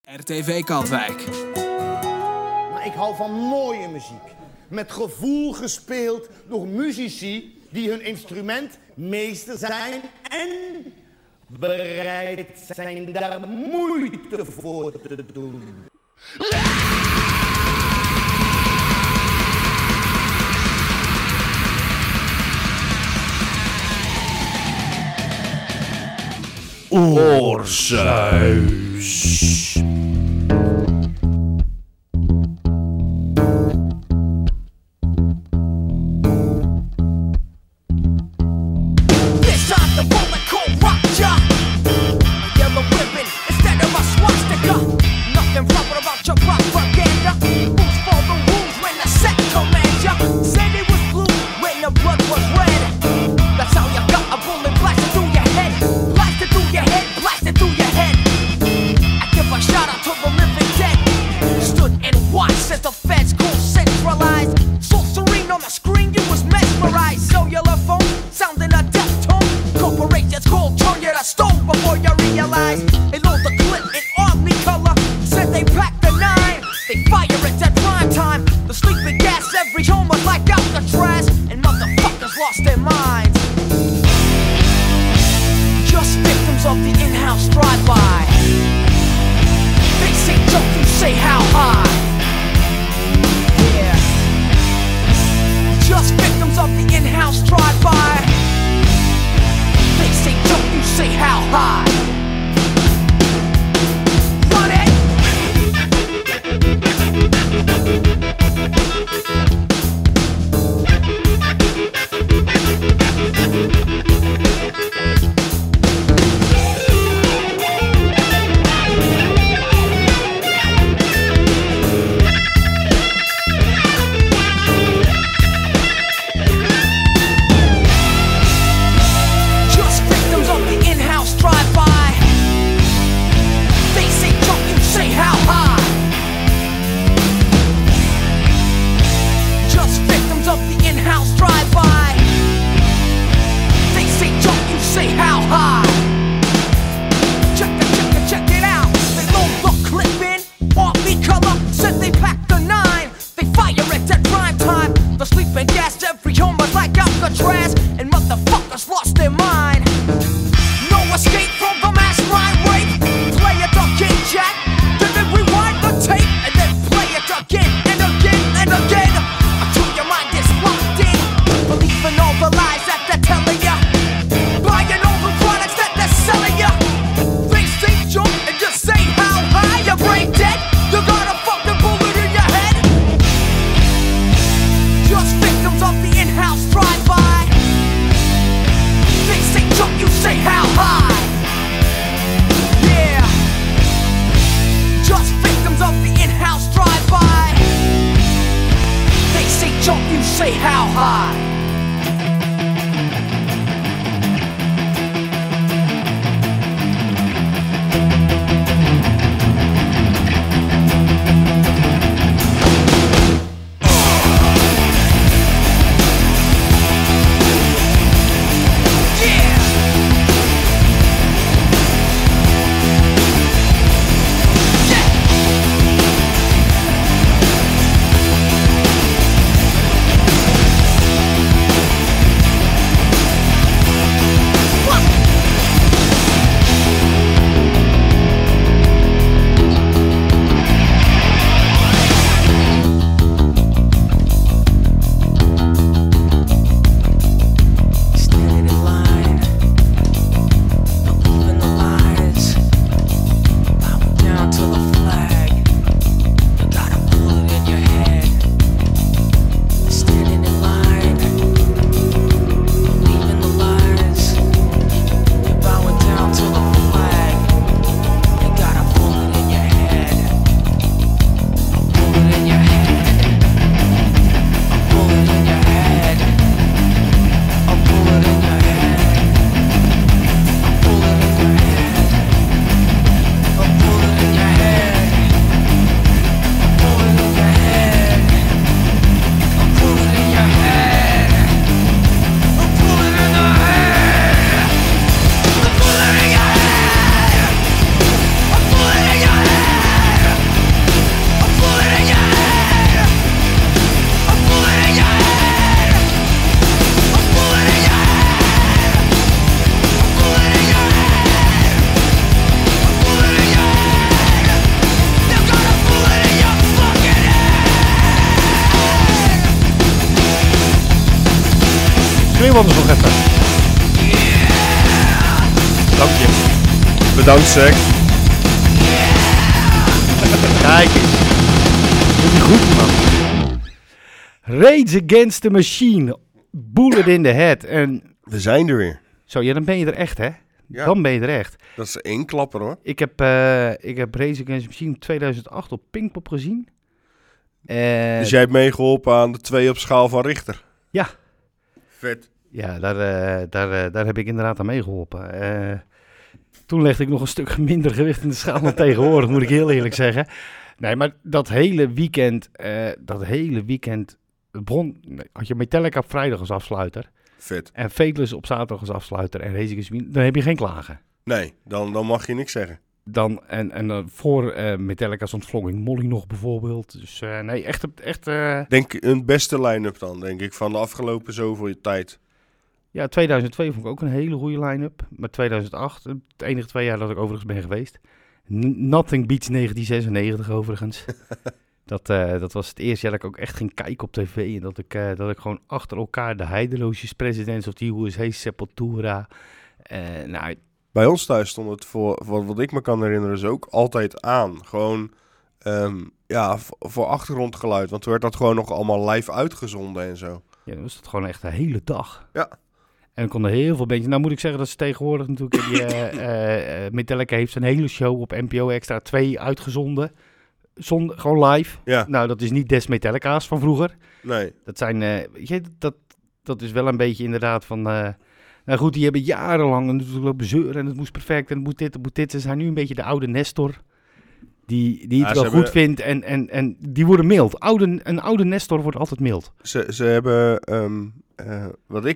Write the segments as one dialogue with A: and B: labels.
A: RTV Katwijk.
B: Maar ik hou van mooie muziek. Met gevoel gespeeld door muzici die hun instrument meester zijn en bereid zijn daar moeite voor te doen.
C: Oorsuis.
D: Before you realize, it loads the clip in army color. Said they packed the 9.
A: hem anders nog even. Dank je.
D: Bedankt, Zack.
A: Kijk eens. Doe die goed, man. Rage Against the Machine. Bullet in the Head. En
D: We zijn er weer.
A: zo, ja, dan ben je er echt, hè?
D: Ja.
A: Dan ben je er echt.
D: Dat is één klapper, hoor.
A: Ik heb Rage Against the Machine 2008 op Pinkpop gezien.
D: Dus jij hebt meegeholpen aan de 2 op schaal van Richter.
A: Ja.
D: Vet.
A: Ja, daar heb ik inderdaad aan meegeholpen. Toen legde ik nog een stuk minder gewicht in de schaal dan tegenwoordig, moet ik heel eerlijk zeggen. Nee, maar dat hele weekend had je Metallica op vrijdag als afsluiter.
D: Vet.
A: En Faithless op zaterdag als afsluiter. En Rage Against the Machine, dan heb je geen klagen.
D: Nee, dan mag je niks zeggen.
A: Dan, voor Metallica stond Flogging Molly nog bijvoorbeeld. Dus nee, echt.
D: Denk een beste line-up dan, denk ik, van de afgelopen zoveel tijd.
A: Ja, 2002 vond ik ook een hele goede line-up. Maar 2008, het enige 2 jaar dat ik overigens ben geweest. Nothing beats 1996 overigens. Dat was het eerste jaar dat ik ook echt ging kijken op tv. En dat ik gewoon achter elkaar de Heideloosjes Presidents of the USA Sepultura.
D: Bij ons thuis stond het voor wat ik me kan herinneren dus ook altijd aan. Gewoon voor achtergrondgeluid. Want toen werd dat gewoon nog allemaal live uitgezonden en zo.
A: Ja, dan was het gewoon echt de hele dag.
D: Ja.
A: En er konden heel veel bandjes. Nou moet ik zeggen dat ze tegenwoordig natuurlijk... Metallica heeft zijn hele show op NPO Extra 2 uitgezonden. Gewoon live.
D: Ja.
A: Nou, dat is niet des Metallica's van vroeger.
D: Nee.
A: Dat zijn... dat is wel een beetje inderdaad van... nou goed, die hebben jarenlang natuurlijk lopen zeuren en het moest perfect en het moet dit. Ze zijn nu een beetje de oude Nestor. Die het wel goed vindt en die worden mild. Een oude Nestor wordt altijd mild.
D: Ze hebben, wat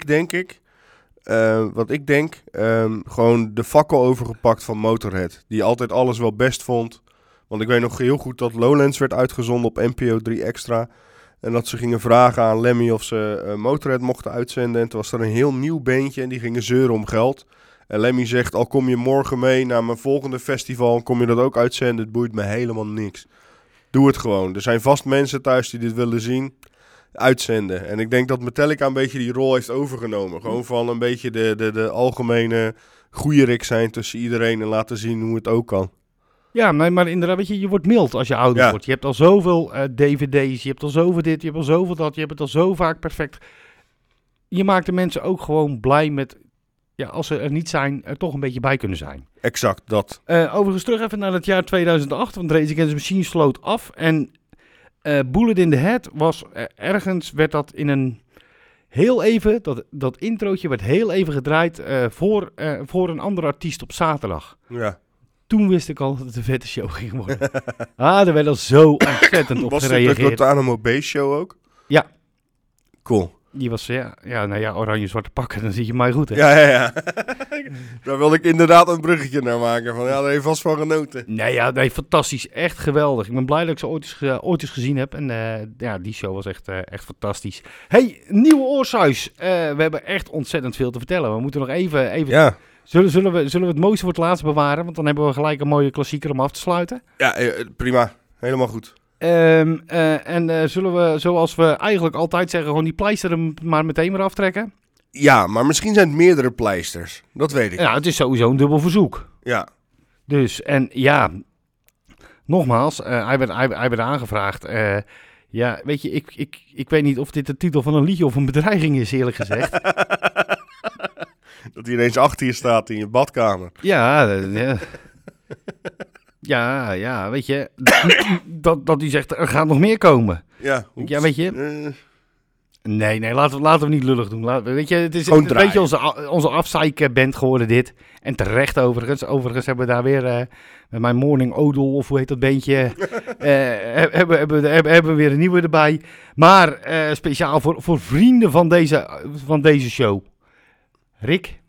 D: ik denk, gewoon de fakkel overgepakt van Motorhead. Die altijd alles wel best vond. Want ik weet nog heel goed dat Lowlands werd uitgezonden op NPO 3 Extra. En dat ze gingen vragen aan Lemmy of ze Motorhead mochten uitzenden. En toen was er een heel nieuw beentje en die gingen zeuren om geld. En Lemmy zegt, al kom je morgen mee naar mijn volgende festival en kom je dat ook uitzenden, het boeit me helemaal niks. Doe het gewoon. Er zijn vast mensen thuis die dit willen zien. Uitzenden. En ik denk dat Metallica een beetje die rol heeft overgenomen. Gewoon van een beetje de algemene goeierik zijn tussen iedereen en laten zien hoe het ook kan.
A: Ja, maar inderdaad, weet je wordt mild als je ouder wordt. Je hebt al zoveel dvd's, je hebt al zoveel dit, je hebt al zoveel dat, je hebt het al zo vaak perfect. Je maakt de mensen ook gewoon blij met, ja, als ze er niet zijn, er toch een beetje bij kunnen zijn.
D: Exact, dat.
A: Overigens terug even naar het jaar 2008, want Rage Against the Machine sloot af. En Bullet in the Head was ergens, werd dat in een heel even, dat introotje werd heel even gedraaid voor een andere artiest op zaterdag.
D: Ja.
A: Toen wist ik al dat het een vette show ging worden. Er werd al zo ontzettend op gereageerd.
D: Was dit de Guantanamo Bay show ook?
A: Ja.
D: Cool.
A: Die was, oranje-zwarte pakken, dan zie je mij goed, hè?
D: Ja. Daar wilde ik inderdaad een bruggetje naar maken. Van, ja, daar heeft vast van genoten.
A: Nee, fantastisch. Echt geweldig. Ik ben blij dat ik ze ooit eens gezien heb. En die show was echt fantastisch. Hey, nieuwe Oorsuis. We hebben echt ontzettend veel te vertellen. We moeten nog even...
D: Ja.
A: Zullen we het mooiste voor het laatst bewaren? Want dan hebben we gelijk een mooie klassieker om af te sluiten.
D: Ja, prima. Helemaal goed.
A: Zullen we, zoals we eigenlijk altijd zeggen, gewoon die pleister er maar meteen maar aftrekken?
D: Ja, maar misschien zijn het meerdere pleisters. Dat weet ik.
A: Ja, het is sowieso een dubbel verzoek.
D: Ja.
A: Dus, en ja, nogmaals, hij werd aangevraagd. Ja, weet je, ik weet niet of dit de titel van een liedje of een bedreiging is, eerlijk gezegd.
D: Dat hij ineens achter je staat in je badkamer.
A: Ja, weet je, dat hij zegt, er gaat nog meer komen.
D: Ja,
A: ja, weet je. Nee, laten we niet lullig doen. Weet je, het is
D: gewoon
A: een beetje onze afzeikband geworden dit. En terecht overigens. Overigens hebben we daar weer met mijn Morning Odol, of hoe heet dat bandje, hebben we weer een nieuwe erbij. Maar speciaal voor vrienden van deze show. Rick?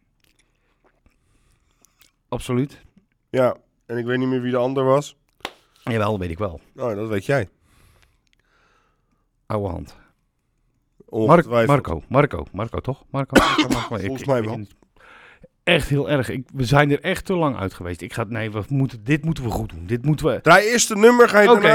A: Absoluut.
D: Ja, en ik weet niet meer wie de ander was.
A: Jawel, dat weet ik wel.
D: Oh, dat weet jij.
A: Oude hand.
D: Ongetwijfeld.
A: Marco, toch? Marco.
D: Volgens mij wel.
A: Echt heel erg. We zijn er echt te lang uit geweest. Dit moeten we goed doen. Dit moeten we...
D: Draai eerst de nummer, ga je daarna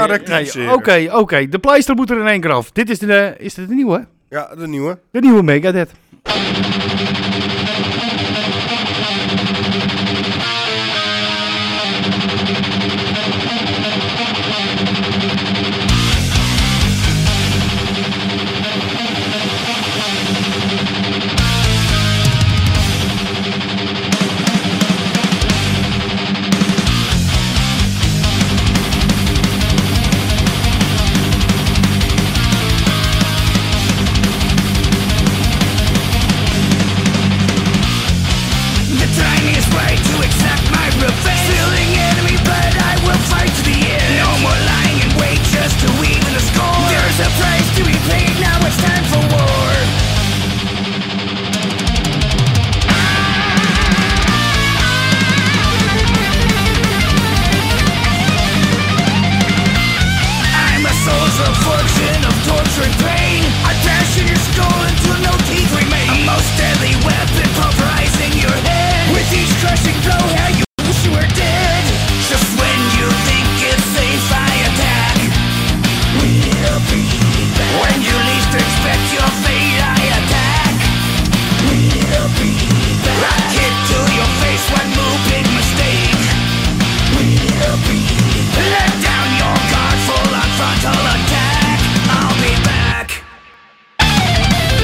D: rectificeren.
A: Oké. De pleister moet er in één keer af. Dit is dit de nieuwe?
D: Ja, de nieuwe.
A: De nieuwe Megadeth.
E: Let down your guard, full on frontal attack. I'll be back.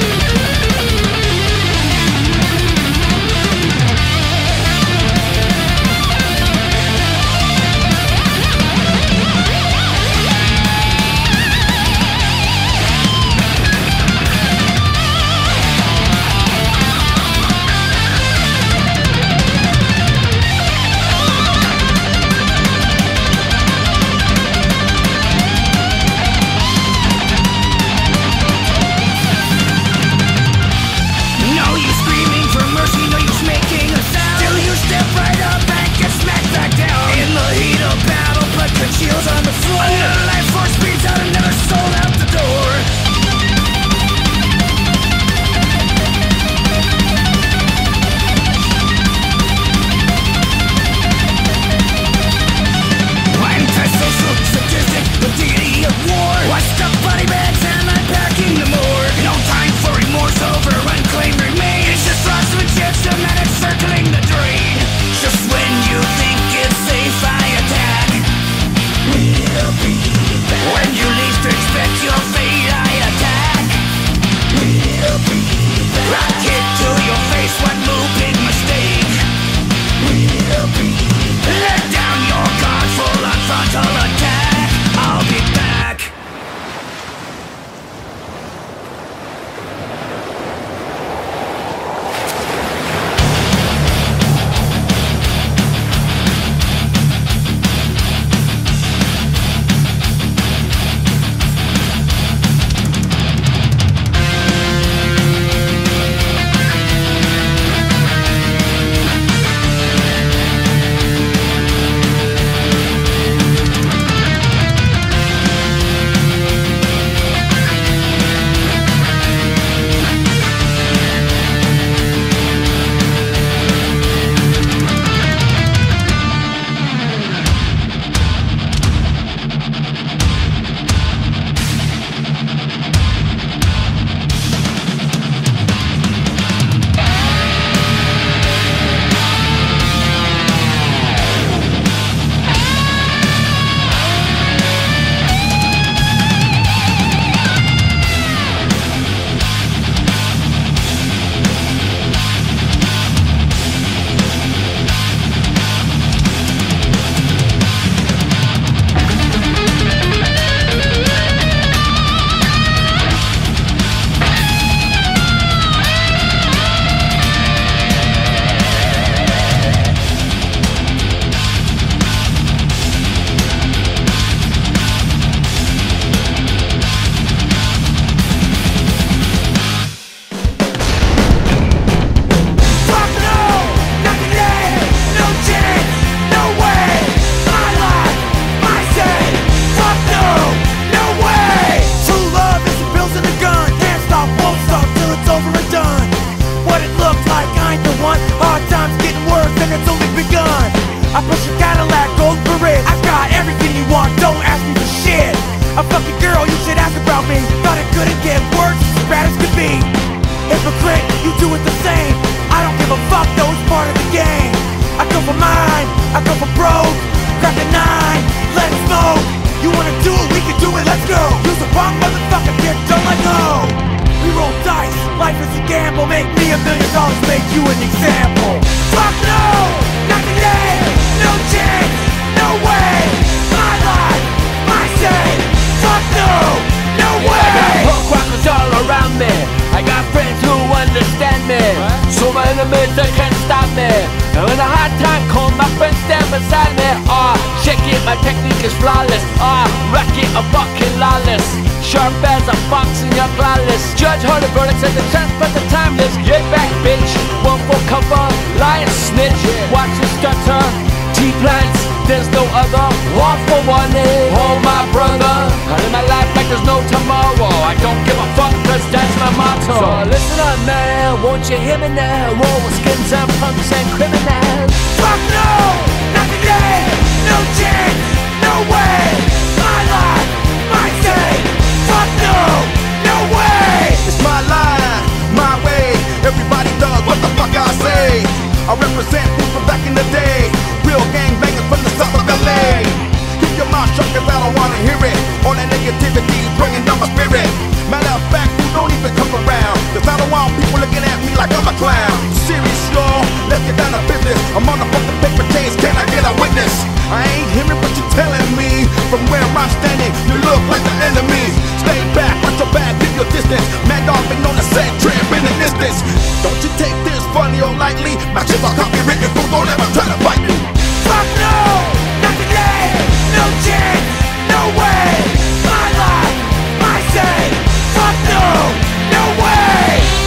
E: Life is a gamble, make me $1 million, make you an example. Fuck no, not today, no chance, no way. My life, my say, fuck no, no way. I got punk rockers all around me, I got friends who understand me. So my enemies, they can't stop me. And when a hard time comes, my friends stand beside me. Shake it, my technique is flawless. Wreck it, I'm fucking lawless. Sharp as a fox in your flawless. Judge heard the verdict, said the chance, but the timeless. Get back, bitch. One for cover, lion snitch. Watch you stutter. T-plants, there's no other. One for one, oh my brother. I live my life like there's no tomorrow. I don't give a fuck, cause that's my motto. So listen up, man, won't you hear me now? Roll with skins and punks and criminals. Fuck no, not today, no chance, no way. My life, my say, fuck no, no way. It's my life, my way. Everybody does what the fuck I say. I represent people from back in the day. Real gangbangers from the south of LA. Keep your mouth shut cause I don't wanna hear it. All that negativity bringing down my spirit. Matter of fact, you don't even come around. Cause I don't want people looking at me like I'm a clown. Serious, y'all, let's get down to business. I'm on the fucking paper chase, can I get a witness? I ain't hearing what you're telling me. From where I'm standing, you look like the enemy. Stay back, watch your back, keep your distance. Mad dog been on the set, trip in the distance. Don't you take this funny or lightly. My shit's all copywritten, fool, don't ever try to fight me. Fuck no, not today, no chance, no way. My life, my say, fuck no, no way.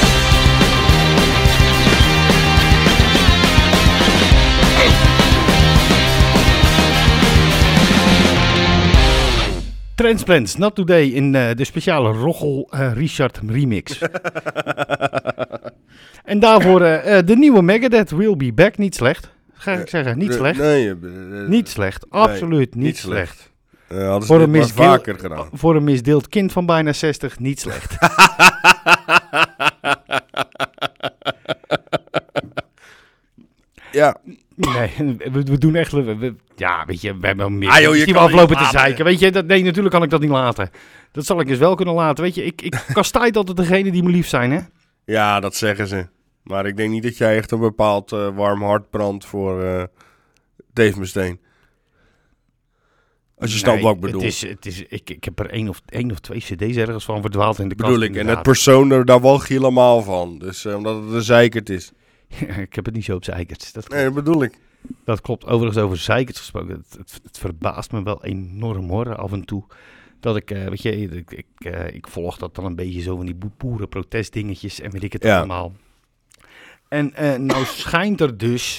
A: Transplants, Not Today in de speciale Roggel Richard remix. En daarvoor de nieuwe Megadeth, Will Be Back, niet slecht. Ga ik zeggen, niet slecht.
D: Nee,
A: niet slecht, absoluut niet slecht.
D: Hadden ze dit maar vaker gedaan.
A: Voor een misdeeld kind van bijna 60, niet slecht.
D: Ja.
A: Nee, we doen echt... ja, weet je, we hebben meer die we aflopen te zeiken. Weet je, nee, natuurlijk kan ik dat niet laten. Dat zal ik dus wel kunnen laten. Weet je, ik kastijd altijd degene die me lief zijn, hè?
D: Ja, dat zeggen ze. Maar ik denk niet dat jij echt een bepaald warm hart brandt voor Dave Mustaine. Als je snapt wat ik bedoel.
A: Ik heb er één of twee cd's ergens van verdwaald in de kast.
D: Bedoel ik, en het persoon daar walg je helemaal van. Dus omdat het een zeikert is.
A: Ik heb het niet zo op zeikerts.
D: Nee, dat bedoel ik.
A: Dat klopt. Overigens over zeikerts gesproken. Het verbaast me wel enorm hoor, af en toe. Dat ik, weet je, ik volg dat dan een beetje zo van die boerenprotestdingetjes en weet ik het allemaal. En nou schijnt er dus...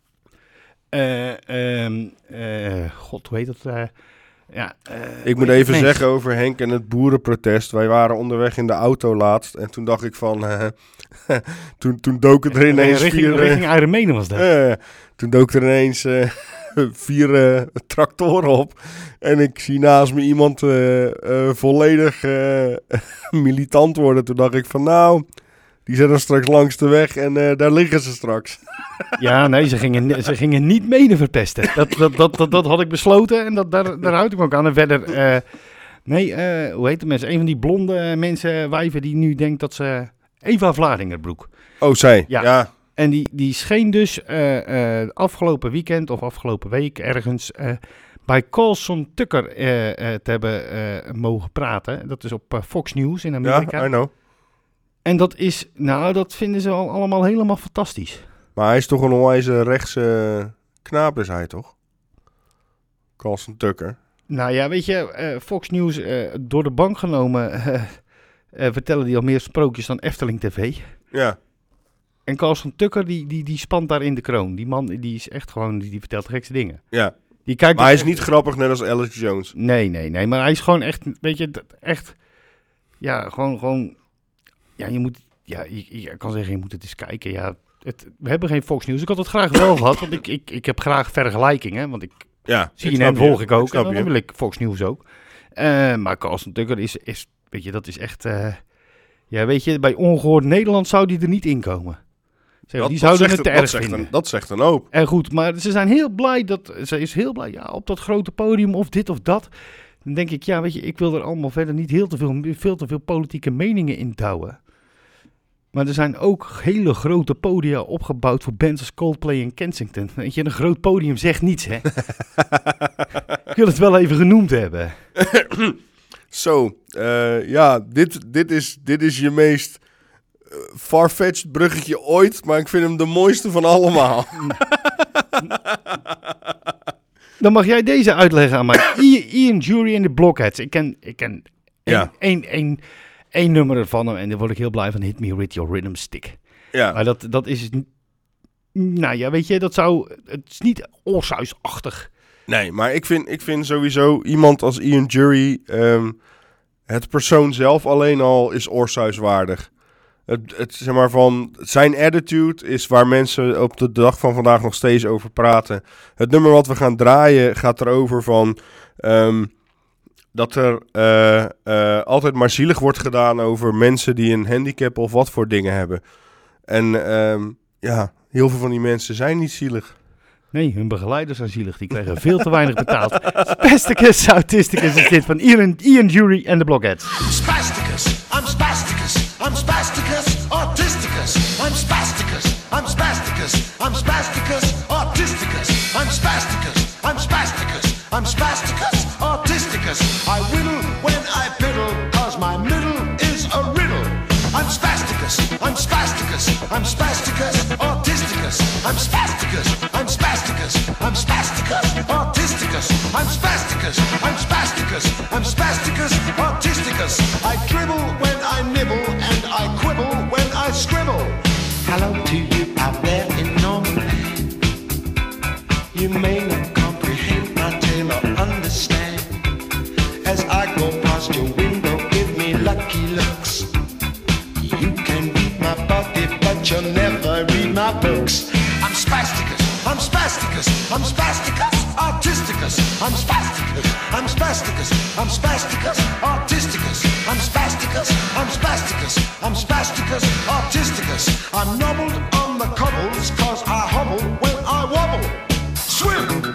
A: God, hoe heet dat?
D: Ik moet even zeggen over Henk en het boerenprotest. Wij waren onderweg in de auto laatst. En toen dacht ik van... toen dook het er ineens
A: richting Iron Maiden was dat.
D: Toen dook er ineens 4 tractoren op. En ik zie naast me iemand volledig militant worden. Toen dacht ik van nou... Die zijn er straks langs de weg en daar liggen ze straks.
A: Ja, nee, ze gingen niet mede verpesten. Dat had ik besloten en daar houd ik me ook aan. En verder, hoe heet de mensen? Een van die blonde mensen, wijven die nu denkt dat ze... Eva Vladingerbroek.
D: Oh, zij? Ja.
A: En die scheen dus afgelopen weekend of afgelopen week ergens... bij Carlson Tucker te hebben mogen praten. Dat is op Fox News in Amerika.
D: Ja, I know.
A: En dat vinden ze allemaal helemaal fantastisch.
D: Maar hij is toch een onwijze rechtse knaap, is hij toch? Carlson Tucker.
A: Nou ja, weet je, Fox News door de bank genomen vertellen die al meer sprookjes dan Efteling TV.
D: Ja.
A: En Carlson Tucker, die spant daar in de kroon. Die man, die is echt gewoon, die vertelt de gekste dingen.
D: Ja.
A: Die kijkt
D: maar hij is niet grappig, net als Alex Jones.
A: Nee, maar hij is gewoon echt, weet je, echt, ja, gewoon... Ja, je kan zeggen, je moet het eens kijken. Ja, we hebben geen Fox News. Ik had het graag wel gehad, want ik heb graag vergelijkingen. Want CNN volg ik ook, en dan wil ik Fox News ook. Maar Carlson Tucker is, weet je, dat is echt... ja, weet je, bij Ongehoord Nederland zou die er niet in komen. Die zouden het te erg vinden.
D: Dat zegt een hoop.
A: En goed, maar ze zijn heel blij ze is heel blij, ja, op dat grote podium of dit of dat... Dan denk ik, ja, weet je, ik wil er allemaal verder niet veel te veel politieke meningen in douwen. Maar er zijn ook hele grote podia opgebouwd voor bands als Coldplay en Kensington. Weet je, een groot podium zegt niets, hè? Ik wil het wel even genoemd hebben.
D: Zo, dit is je meest far-fetched bruggetje ooit, maar ik vind hem de mooiste van allemaal.
A: Dan mag jij deze uitleggen aan mij. Ian Jury en de Blockheads. Ik ken één nummer ervan en daar word ik heel blij van. Hit Me With Your Rhythm Stick.
D: Ja.
A: Maar dat is... Nou ja, weet je, het is niet Oorsuis-achtig.
D: Nee, maar ik vind sowieso iemand als Ian Jury, het persoon zelf alleen al is Oorsuiswaardig. Het zeg maar van zijn attitude is waar mensen op de dag van vandaag nog steeds over praten. Het nummer wat we gaan draaien gaat erover van dat er altijd maar zielig wordt gedaan over mensen die een handicap of wat voor dingen hebben. En heel veel van die mensen zijn niet zielig.
A: Nee, hun begeleiders zijn zielig. Die krijgen veel te weinig betaald. Spasticus, Autisticus is dit van Ian Jury en de Blockheads.
E: Spasticus, I'm spasticus, I'm spasticus, autisticus, I'm spasticus, I'm spasticus, I'm spasticus, autisticus, I'm spasticus, I'm spasticus, I'm spasticus, autisticus. I whittle when I piddle, cause my middle is a riddle. I'm spasticus, I'm spasticus, I'm spasticus, autisticus, I'm spasticus, I'm spasticus, I'm spasticus, autisticus, I'm spasticus, I'm spasticus, I'm spasticus, autisticus. I dribble when I nibble and I quibble when I scribble. Hello to you out there in normal land. You may not comprehend my tale or understand. As I go past your window, give me lucky looks. You can read my body, but you'll never read my books. I'm spasticus, I'm spasticus, I'm spasticus, autisticus, I'm spasticus, I'm spasticus, I'm spasticus, autisticus, I'm spasticus, I'm spasticus, I'm spasticus, autisticus. I'm nobbled on the cobbles, cause I hobble when I wobble. Swim!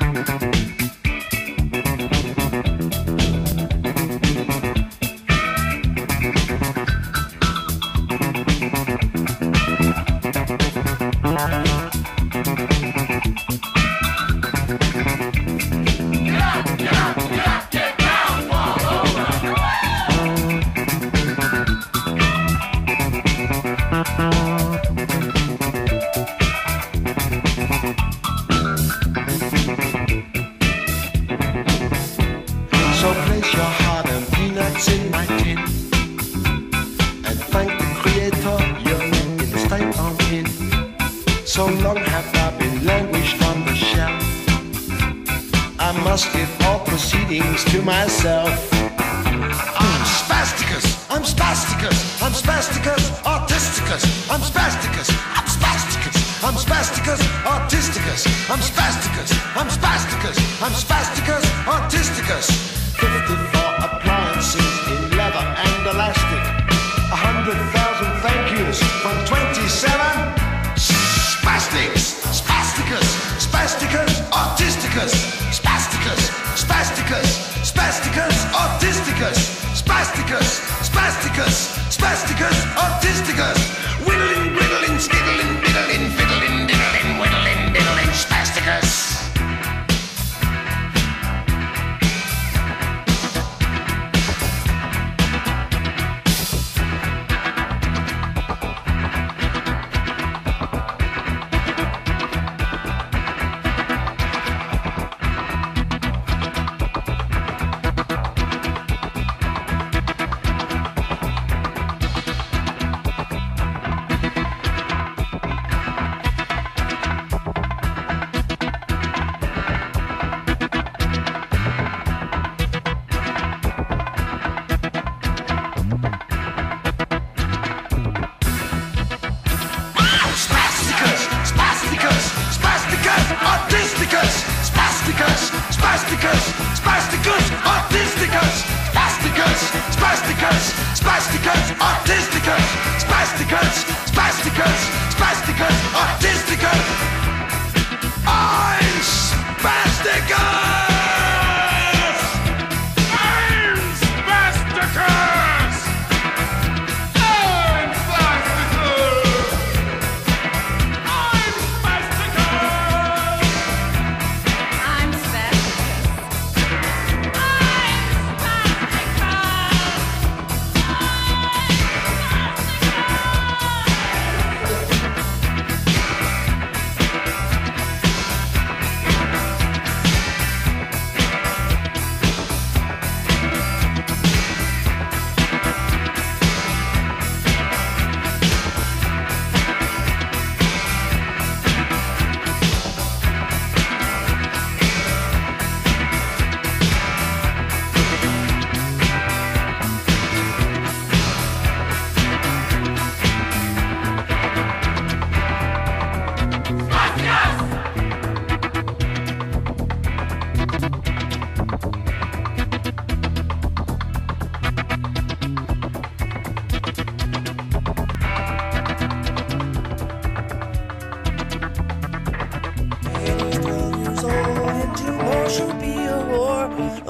E: So place your heart and peanuts in my tin, and thank the Creator you're in the state I'm in. So long have I been languished from the shelf, I must give all proceedings to myself. I'm spasticus, I'm spasticus, I'm spasticus, autisticus, I'm spasticus, I'm spasticus, I'm spasticus, autisticus, I'm spasticus, I'm spasticus, I'm spasticus, autisticus. 54 appliances in leather and elastic, 100,000 thank yous from 27 spastics, spasticus, spasticus, autisticus, spasticus, spasticus, spasticus, autisticus, spasticus, spasticus, spasticus, autisticus, whittling, whittling, skittling, diddling, fiddling, diddling, whittling, diddling, spasticus.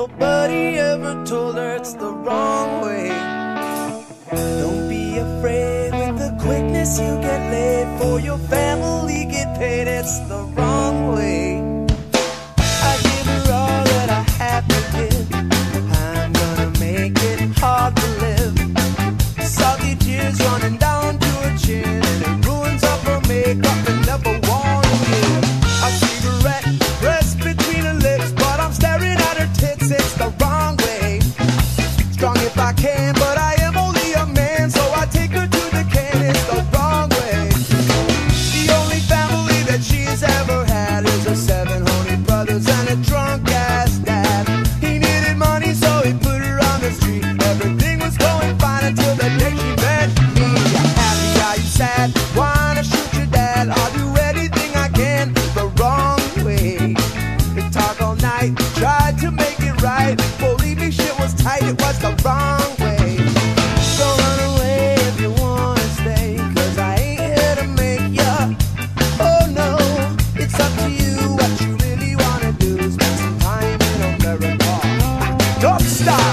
E: nobody ever told her it's the wrong way. Don't be afraid with the quickness you get laid. For your family get paid, it's the wrong way. I give her all that I have to give. I'm gonna make it hard to live. Salty tears running down to her chin, and it ruins up her makeup and never want to give. A cigarette pressed between her lips, but I'm staring at her tits, it's the wrong way. Strong if I can, but I am only a man, so I take her to the can, it's the wrong way. The only family that she's ever had is her 7 honey brothers and a drunk ass dad. He needed money, so he put her on the street. Everything was going fine until the day she met me. Happy, are you sad? Wanna shoot your dad? I'll do anything I can the wrong way. They talk all night, tried to make it right. Believe me, shit was tight, it was the wrong way. So run away if you wanna stay, 'cause I ain't here to make ya. Oh no, it's up to you. What you really wanna do is spend some time in America. Don't stop.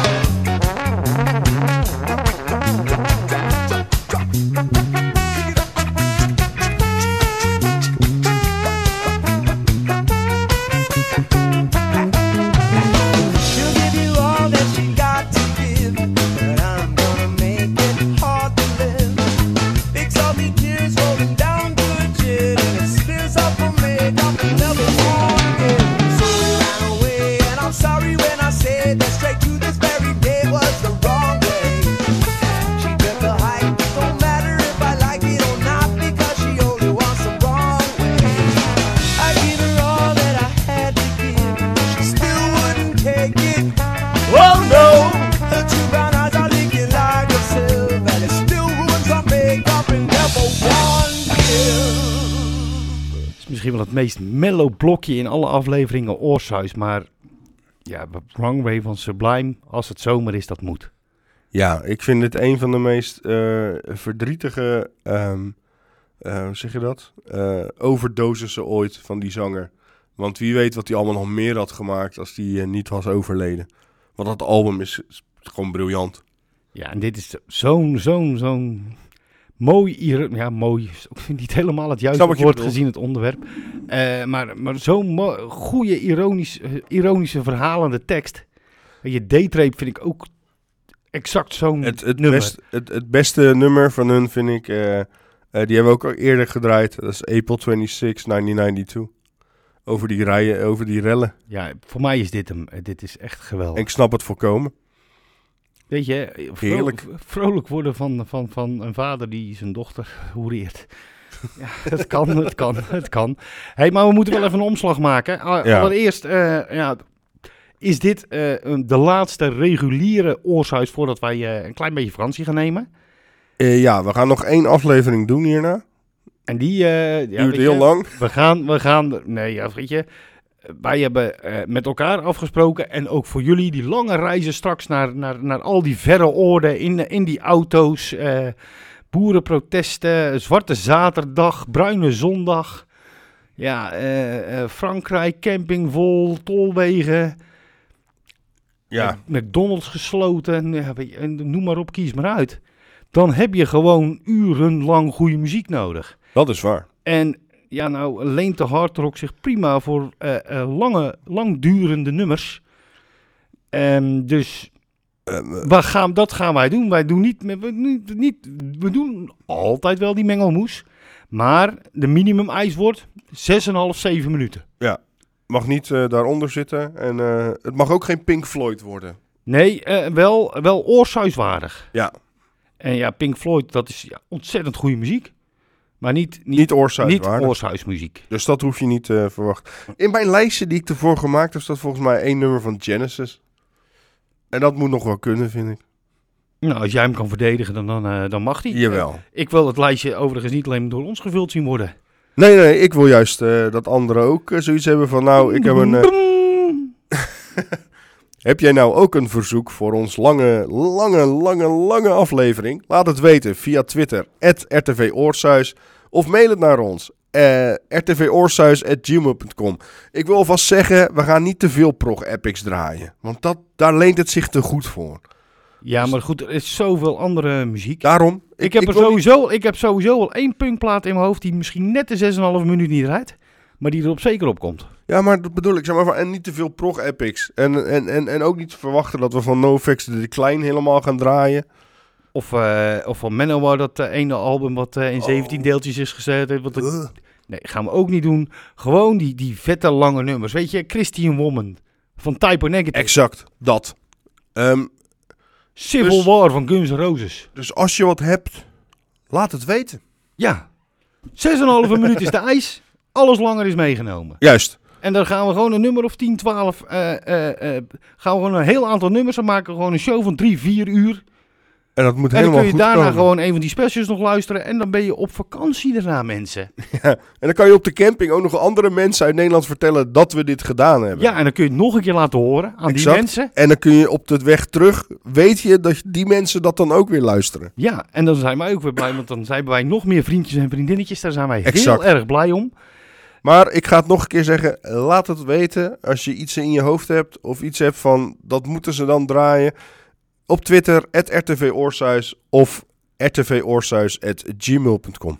E: She'll give you all that she got to give, but I'm gonna make it hard to live. Big salty tears rolling down to her chin, and it spills up her makeup and never want again. So we ran away, and I'm sorry when I said that straight to this very day was the wrong way. She took a hike, don't matter if I like it or not, because she only wants the wrong way. I gave her all that I had to give, she still wouldn't take it. Oh no! Her 2 brown eyes are leaking like a sieve, and it still ruins her makeup and never one give.
A: Het is misschien wel het meest mellow blokje in alle afleveringen Oorsuis, maar ja, Wrong Way van Sublime, als het zomer is, dat moet.
D: Ja, ik vind het een van de meest verdrietige, hoe zeg je dat? Overdosissen ooit van die zanger. Want wie weet wat hij allemaal nog meer had gemaakt als die niet was overleden. Want dat album is gewoon briljant.
A: Ja, en dit is zo'n mooi, ja mooi, ik vind niet helemaal het juiste
D: Snap wat je
A: woord
D: bedoelt.
A: gezien het onderwerp. Maar zo'n goede ironische verhalende tekst. Weet je, Daytrape vind ik ook exact zo'n nummer.
D: Het beste nummer van hun vind ik, die hebben we ook al eerder gedraaid. Dat is April 26, 1992. Over die rellen.
A: Ja, voor mij is dit hem. Dit is echt geweldig.
D: En ik snap het volkomen.
A: Weet je,
D: Heerlijk.
A: vrolijk worden van een vader die zijn dochter hoereert. Ja, het kan. Hey, maar we moeten wel even een omslag maken.
D: Ja.
A: Allereerst, is dit de laatste reguliere Oorsuis voordat wij een klein beetje vakantie gaan nemen?
D: Ja, we gaan nog 1 aflevering doen hierna.
A: En die
D: Duurt heel lang.
A: We gaan, nee, ja, weet je, wij hebben met elkaar afgesproken en ook voor jullie die lange reizen straks naar al die verre oorden in die auto's, boerenprotesten, Zwarte Zaterdag, Bruine Zondag, ja, Frankrijk, camping vol, tolwegen,
D: Ja,
A: McDonald's gesloten, ja, weet je, noem maar op, kies maar uit. Dan heb je gewoon urenlang goede muziek nodig.
D: dat is waar.
A: En ja, nou leent de hardrock zich prima voor langdurende nummers. Dus dat gaan wij doen. Wij doen we doen altijd wel die mengelmoes. Maar de minimum eis wordt 6,5, 7 minuten.
D: Ja, mag niet daaronder zitten. En het mag ook geen Pink Floyd worden.
A: Nee, wel oorsuiswaardig.
D: Ja,
A: En ja, Pink Floyd, dat is ontzettend goede muziek. Maar
D: niet oorsuiswaardig.
A: oorsuismuziek.
D: Dus dat hoef je niet te verwachten. In mijn lijstje die ik ervoor gemaakt heb, staat volgens mij 1 nummer van Genesis. En dat moet nog wel kunnen, vind ik.
A: Nou, als jij hem kan verdedigen, dan mag hij.
D: Jawel.
A: Ik wil het lijstje overigens niet alleen door ons gevuld zien worden.
D: Nee, ik wil juist dat anderen ook zoiets hebben van, nou, ik heb een... Heb jij nou ook een verzoek voor ons lange aflevering? Laat het weten via Twitter, @RTV Oorsuis. Of mail het naar ons, rtvorsuis@gmail.com. Ik wil alvast zeggen, we gaan niet te veel prog-epics draaien. Want daar leent het zich te goed voor.
A: Ja, maar goed, er is zoveel andere muziek.
D: Daarom...
A: Ik heb sowieso al 1 punkplaat in mijn hoofd die misschien net de 6,5 minuut niet draait. Maar die er op zeker op komt.
D: Ja, maar dat bedoel ik. Zeg maar, en niet te veel prog-epics. En ook niet verwachten dat we van NoFX de Decline helemaal gaan draaien.
A: Of van Manowar, dat ene album wat in 17 deeltjes is gezet. Nee, gaan we ook niet doen. Gewoon die vette lange nummers. Weet je, Christian Woman van Typo Negative.
D: Exact, dat.
A: Civil War van Guns N' Roses.
D: Dus als je wat hebt, laat het weten.
A: Ja. 6,5 minuut is de ijs. Alles langer is meegenomen.
D: Juist.
A: En dan gaan we gewoon een nummer of 10, 12... gaan we gewoon een heel aantal nummers. Dan maken we gewoon een show van 3, 4 uur.
D: En dat moet
A: en
D: helemaal
A: dan kun je
D: goed
A: daarna
D: komen.
A: gewoon een van die specials nog luisteren. En dan ben je op vakantie daarna, mensen.
D: Ja, en dan kan je op de camping ook nog andere mensen uit Nederland vertellen dat we dit gedaan hebben.
A: Ja, en dan kun je het nog een keer laten horen aan die mensen.
D: En dan kun je op de weg terug, weet je dat die mensen dat dan ook weer luisteren.
A: Ja, en dan zijn wij ook weer blij, want dan hebben wij nog meer vriendjes en vriendinnetjes. Daar zijn wij
D: Exact.
A: heel erg blij om.
D: Maar ik ga het nog een keer zeggen, laat het weten als je iets in je hoofd hebt of iets hebt van dat moeten ze dan draaien. Op Twitter, @rtvorsuis of rtvorsuis@gmail.com.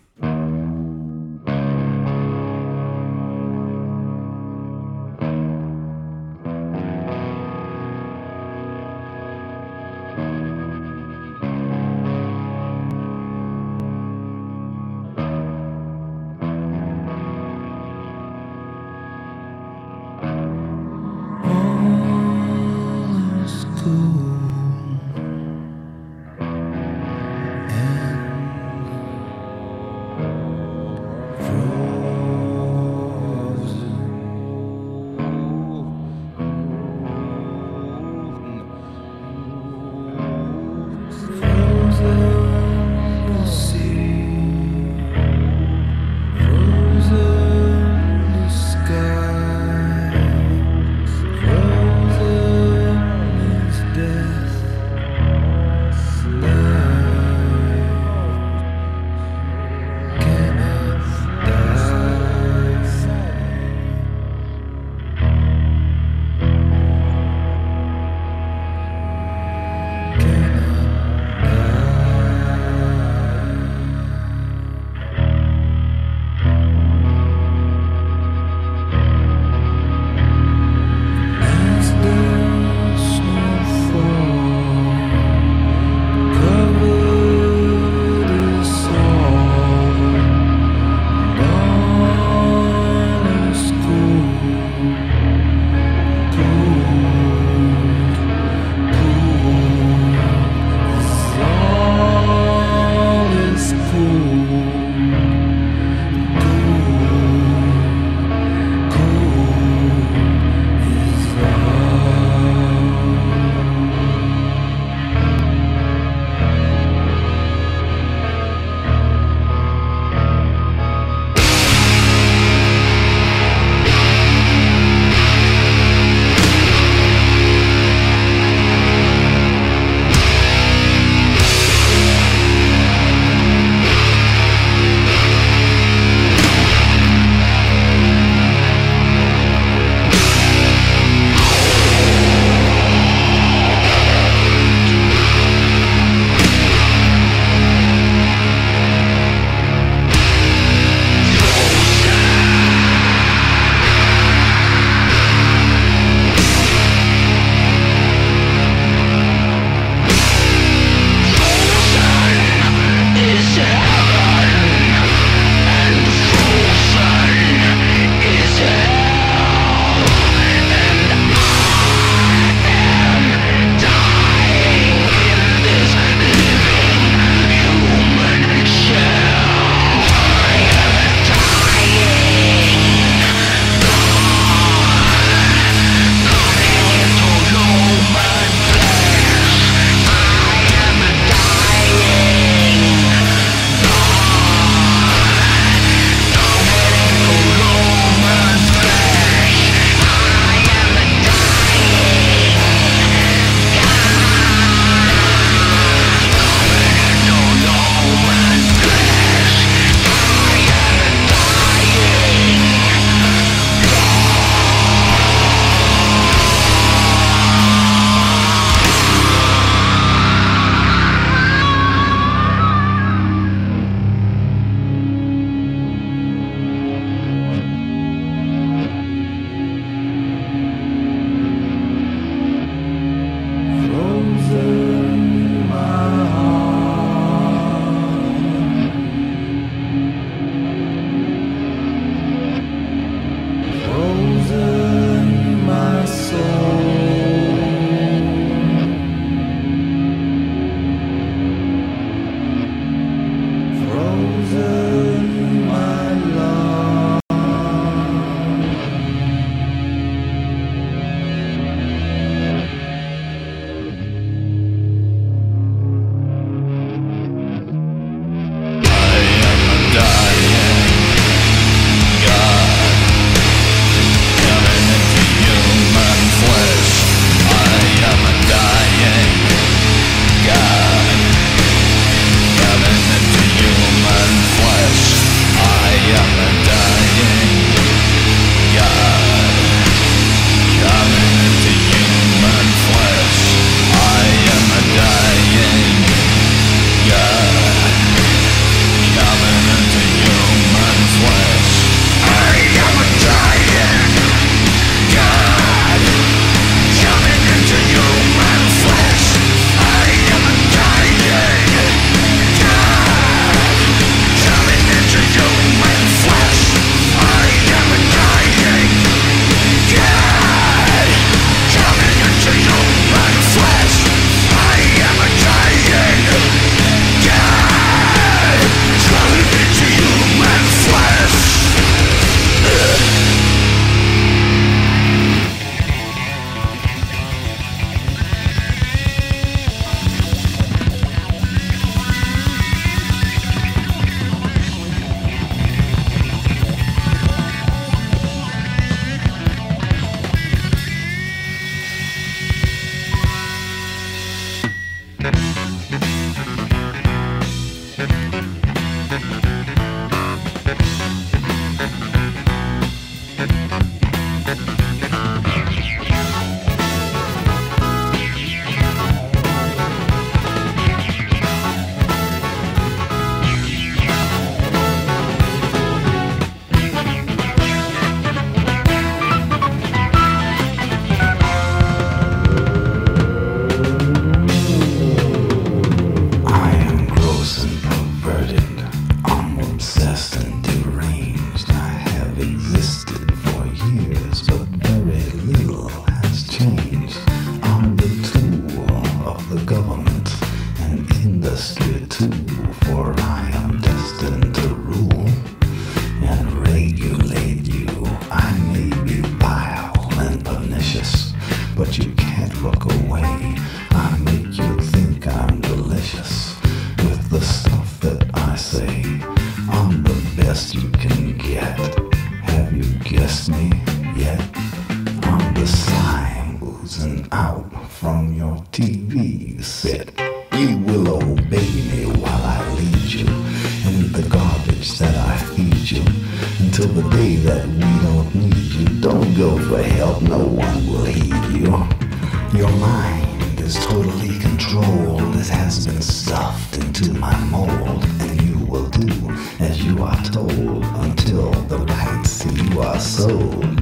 F: the government and industry too, for I am destined to rule and regulate you. I may be vile and pernicious, but you can't look away. I make you think I'm delicious with the stuff that I say. I'm the best you can get. Have you guessed me yet? I'm the slime oozing out from your TV set. You will obey me while I lead you and eat the garbage that I feed you until the day that we don't need you. Don't go for help, no one will heed you. Your mind is totally controlled. It has been stuffed into my mold, and you will do as you are told until the rights to you are sold.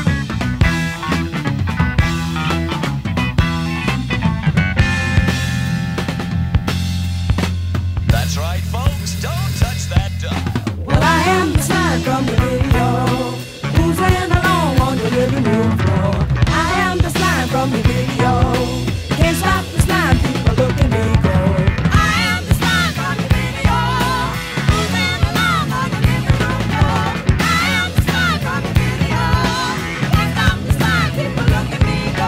E: That's right, folks. Don't touch that dial.
G: Well, I am the slime from the video, who's laying along on the living room floor. I am the slime from the video, can't stop the slime, people look at me go. I am the slime from the video, who's laying along on the living room floor. I am the slime from the video, can't stop the slime, people look at me go.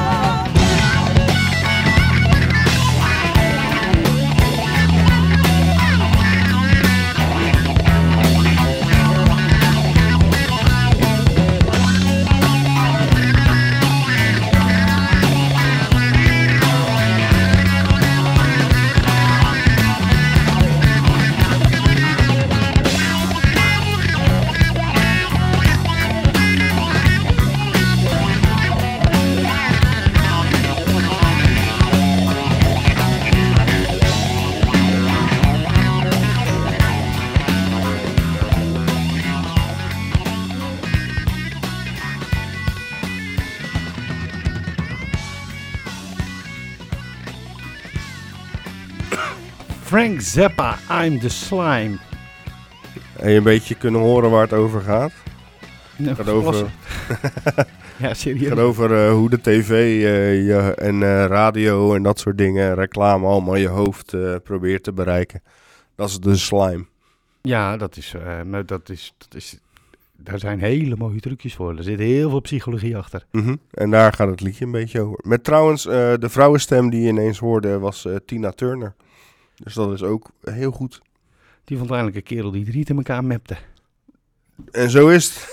A: Frank Zappa, I'm the Slime.
D: En je een beetje kunnen horen waar het over gaat.
A: Nou,
D: Het gaat over,
A: ja, serieus.
D: gaat over hoe de tv en radio en dat soort dingen, reclame, allemaal je hoofd probeert te bereiken. Dat is de slime.
A: Ja, dat is, daar zijn hele mooie trucjes voor. Er zit heel veel psychologie achter.
D: Mhm. En daar gaat het liedje een beetje over. Met trouwens, de vrouwenstem die je ineens hoorde was Tina Turner. Dus dat is ook heel goed.
A: Die vond eindelijk een kerel die drie in elkaar mapte.
D: En zo is het.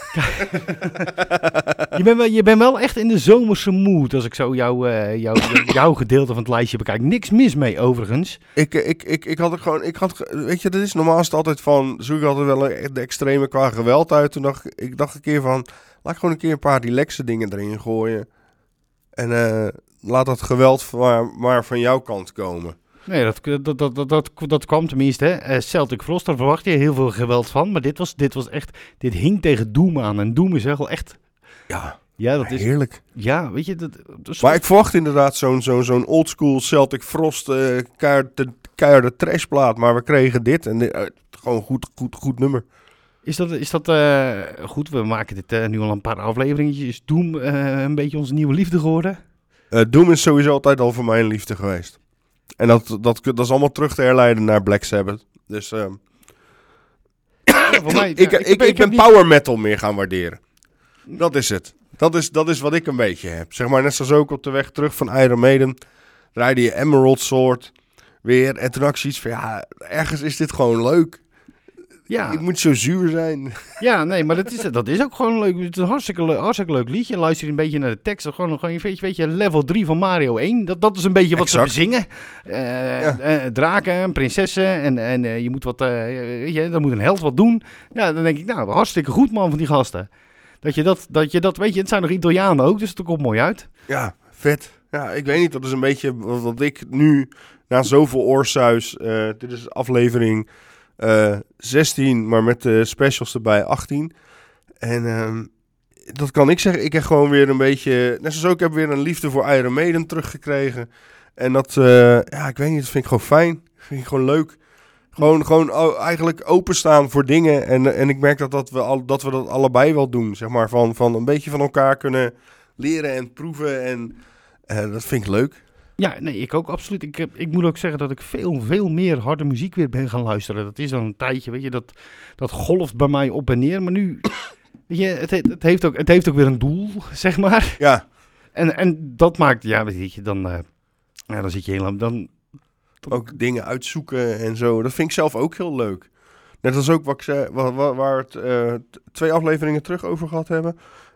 A: Je bent wel echt in de zomerse mood als ik zo jouw gedeelte van het lijstje bekijk. Niks mis mee overigens.
D: Ik had er gewoon, weet je, dat is normaal altijd van, zoek ik altijd wel de extreme qua geweld uit. Toen dacht ik een keer van, laat ik gewoon een keer een paar relaxe dingen erin gooien. En laat dat geweld maar van jouw kant komen.
A: Nee, dat kwam tenminste. Hè. Celtic Frost, daar verwacht je heel veel geweld van. Maar dit was echt, dit hing tegen Doom aan. En Doom is echt wel echt... Ja, dat is...
D: Heerlijk.
A: Ja, weet je...
D: Maar ik verwacht inderdaad zo'n oldschool Celtic Frost keiharde trashplaat. Maar we kregen dit en gewoon goed nummer.
A: Is dat goed? We maken dit nu al een paar afleveringetjes. Is Doom een beetje onze nieuwe liefde geworden?
D: Doom is sowieso altijd al voor mij een liefde geweest. En dat is allemaal terug te herleiden naar Black Sabbath. Dus
A: Ja, voor mij,
D: ik ben power metal meer gaan waarderen. Dat is het. Dat is wat ik een beetje heb. Zeg maar net zoals ook op de weg terug van Iron Maiden. Rijden je Emerald Sword weer. En toen had ik zoiets van, ja, ergens is dit gewoon leuk.
A: Ja.
D: Ik moet zo zuur zijn.
A: Ja, nee, maar dat is ook gewoon leuk. Het is een hartstikke leuk liedje. Luister een beetje naar de tekst. Gewoon weet je, level 3 van Mario 1. Dat is een beetje wat
D: Exact.
A: ze bezingen. Draken, prinsessen en je moet wat, weet je, dan moet een held wat doen. Ja, dan denk ik, nou, hartstikke goed man van die gasten. Dat je dat, weet je, het zijn nog Italianen ook, dus het komt mooi uit.
D: Ja, vet. Ja, ik weet niet, dat is een beetje wat ik nu, na zoveel oorsuis, dit is aflevering 16, maar met de specials erbij 18. En dat kan ik zeggen. Ik heb gewoon weer een beetje, net zoals ook, ik heb weer een liefde voor Iron Maiden teruggekregen. En dat, ja, ik weet niet, dat vind ik gewoon fijn. Vind ik gewoon leuk. Gewoon eigenlijk openstaan voor dingen. En ik merk dat we dat allebei wel doen. Zeg maar, van een beetje van elkaar kunnen leren en proeven. En dat vind ik leuk.
A: Ja, nee, ik ook absoluut. Ik moet ook zeggen dat ik veel meer harde muziek weer ben gaan luisteren. Dat is al een tijdje, weet je, dat golft bij mij op en neer. Maar nu, weet je, het heeft ook weer een doel, zeg maar.
D: Ja.
A: En dat maakt, ja, weet je, dan zit je heel lang,
D: Ook dingen uitzoeken en zo. Dat vind ik zelf ook heel leuk. Net als ook wat ik zei, waar we het 2 afleveringen terug over gehad hebben.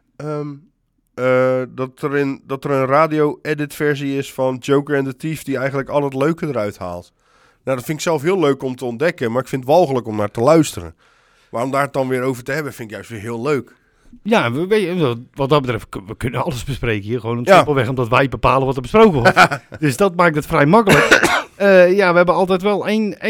D: Dat er een radio-edit versie is van Joker and the Thief die eigenlijk al het leuke eruit haalt. Nou, dat vind ik zelf heel leuk om te ontdekken, maar ik vind het walgelijk om naar te luisteren. Maar om daar het dan weer over te hebben, vind ik juist weer heel leuk.
A: Ja, wat dat betreft, we kunnen alles bespreken hier. Gewoon simpelweg omdat wij bepalen wat er besproken wordt. Dus dat maakt het vrij makkelijk. Ja, we hebben altijd wel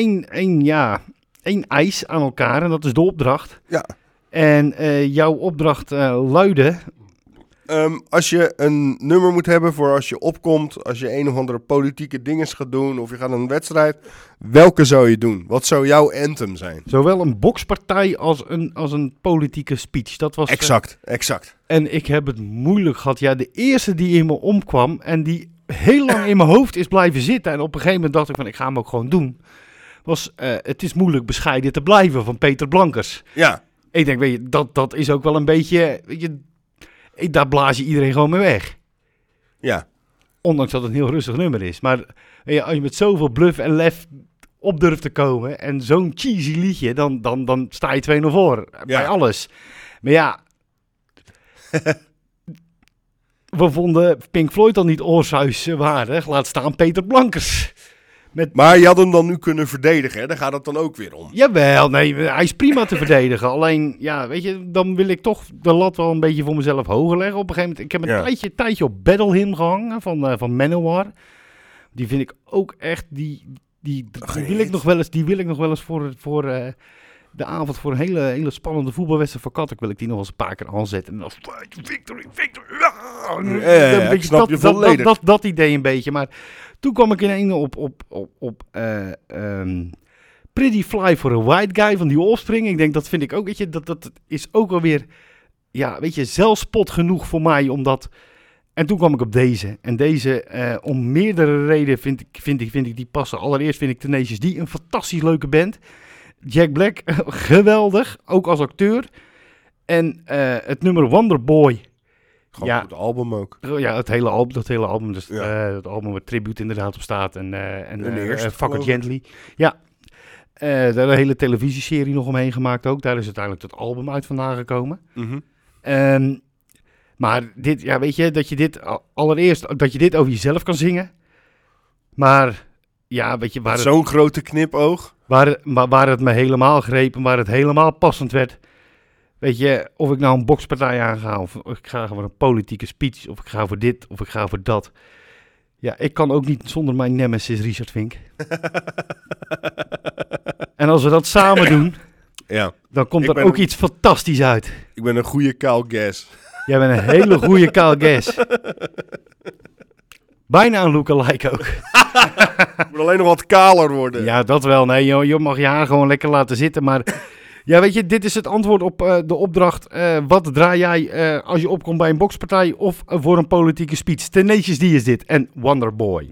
A: één eis aan elkaar en dat is de opdracht.
D: Ja.
A: En jouw opdracht luidde...
D: Als je een nummer moet hebben voor als je opkomt, als je een of andere politieke dinges gaat doen of je gaat naar een wedstrijd, welke zou je doen? Wat zou jouw anthem zijn?
A: Zowel een bokspartij als een politieke speech. Dat was,
D: Exact.
A: En ik heb het moeilijk gehad. Ja, de eerste die in me omkwam en die heel lang in mijn hoofd is blijven zitten en op een gegeven moment dacht ik van ik ga hem ook gewoon doen, was het is moeilijk bescheiden te blijven van Peter Blankers.
D: Ja. Ik
A: denk, weet je, dat is ook wel een beetje, weet je, daar blaas je iedereen gewoon mee weg.
D: Ja.
A: Ondanks dat het een heel rustig nummer is. Maar weet je, als je met zoveel bluff en lef op durft te komen en zo'n cheesy liedje, dan sta je 2-0 voor. Ja. Bij alles. Maar ja, we vonden Pink Floyd al niet oorsuiswaardig. Laat staan Peter Blankers.
D: Maar je had hem dan nu kunnen verdedigen, hè? Daar gaat het dan ook weer om.
A: Jawel, nee, hij is prima te verdedigen. Alleen, ja, weet je, dan wil ik toch de lat wel een beetje voor mezelf hoger leggen. Op een gegeven moment, ik heb een tijdje op Battle Hymn gehangen van Manowar. Die vind ik ook echt, die wil ik nog wel eens voor de avond voor een hele spannende voetbalwedstrijd van Katwijk wil ik die nog eens een paar keer aanzetten. En dan victory.
D: Ik snap je volledig.
A: Dat idee een beetje, maar toen kwam ik in een op Pretty Fly for a White Guy van die Offspring. Ik denk, dat vind ik ook, weet je, dat is ook alweer, ja, weet je, zelfspot genoeg voor mij, omdat... En toen kwam ik op deze. En deze, om meerdere redenen vind ik die passen. Allereerst vind ik Tenacious D een fantastisch leuke band. Jack Black, geweldig, ook als acteur. En het nummer Wonderboy.
D: Gewoon ja, het album ook.
A: Ja, dat hele album. Dus het album waar Tribute inderdaad op staat. En Fuck It Gently. Ja, daar een hele televisieserie nog omheen gemaakt ook. Daar is uiteindelijk het album uit vandaan gekomen. Mm-hmm. Maar dit, ja, weet je, dat je dit allereerst, dat je dit over jezelf kan zingen. Maar ja, weet je,
D: zo'n grote knipoog.
A: Waar het me helemaal greep en waar het helemaal passend werd. Weet je, of ik nou een bokspartij aanga, of ik ga voor een politieke speech, of ik ga voor dit, of ik ga voor dat. Ja, ik kan ook niet zonder mijn nemesis Richard Vink. En als we dat samen doen, dan komt er ook iets fantastisch uit.
D: Ik ben een goede Kyle Gass.
A: Jij bent een hele goede Kyle Gass. Bijna een lookalike ook.
D: Moet alleen nog wat kaler worden.
A: Ja, dat wel. Nee, je mag je haar gewoon lekker laten zitten. Maar ja, weet je, dit is het antwoord op de opdracht. Wat draai jij als je opkomt bij een bokspartij of voor een politieke speech? Tenacious D is dit en Wonderboy.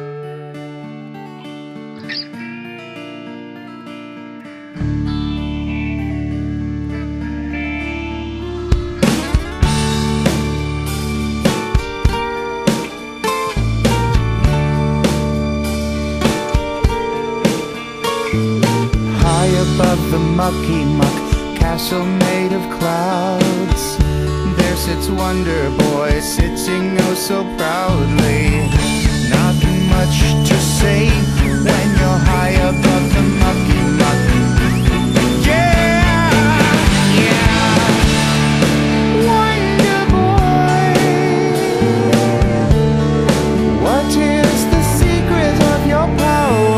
H: Above the mucky muck castle made of clouds, there sits Wonderboy sitting oh so proudly. Not much to say when you're high above the mucky muck. Yeah, yeah, Wonderboy, what is the secret of your power?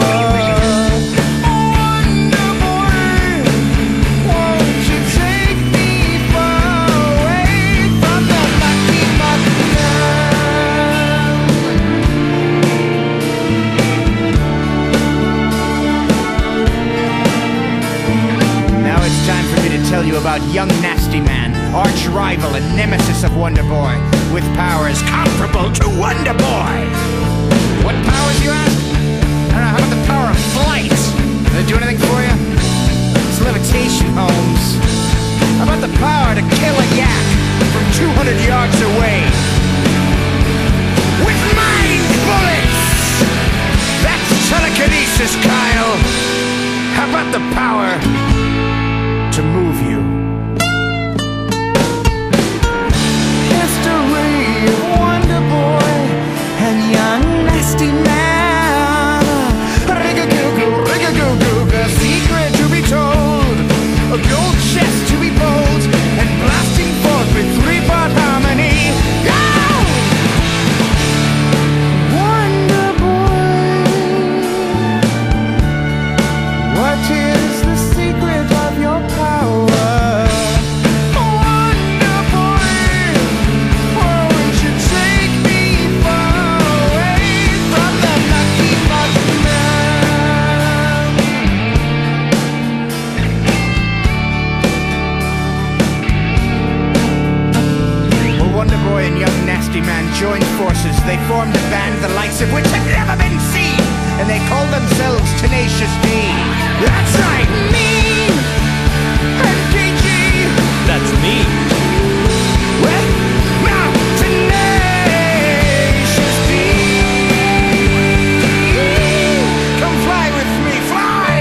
H: Tell you about young Nasty Man, arch rival and nemesis of Wonderboy, with powers comparable to Wonderboy. What powers you ask? I don't know, how about the power of flight? Does it do anything for you? It's levitation, Holmes. How about the power to kill a yak from 200 yards away? With mind bullets! That's telekinesis, Kyle! How about the power to move you? History of Wonder Boy and young nasty man. Rig-a-goo-goo, a secret to be told, a gold chest to be bold, and blasting forth with three-part harmony. Go! Wonder Boy, what is the secret of your power? Wonder Boy, oh, won't you take me far away from the lucky man? Well, Wonder Boy and young nasty man joined forces. They formed a band the likes of which had never been seen, and they called themselves Tenacious D. That's right, me and KG.
C: That's me.
H: Well, now Tenacious D. Come fly with me, fly!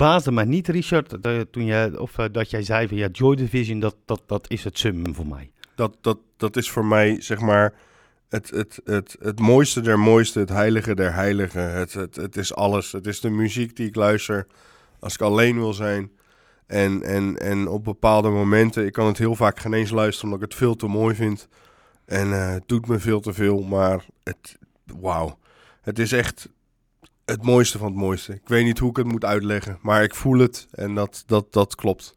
A: verbaasde mij niet, Richard, dat jij zei van ja, Joy Division, dat is het summum voor mij.
D: Dat is voor mij, zeg maar, het mooiste der mooiste, het heilige der heiligen. Het is alles. Het is de muziek die ik luister als ik alleen wil zijn. En op bepaalde momenten, ik kan het heel vaak geen eens luisteren omdat ik het veel te mooi vind. En het doet me veel te veel, maar wauw. Het is echt het mooiste van het mooiste. Ik weet niet hoe ik het moet uitleggen, maar ik voel het en dat klopt.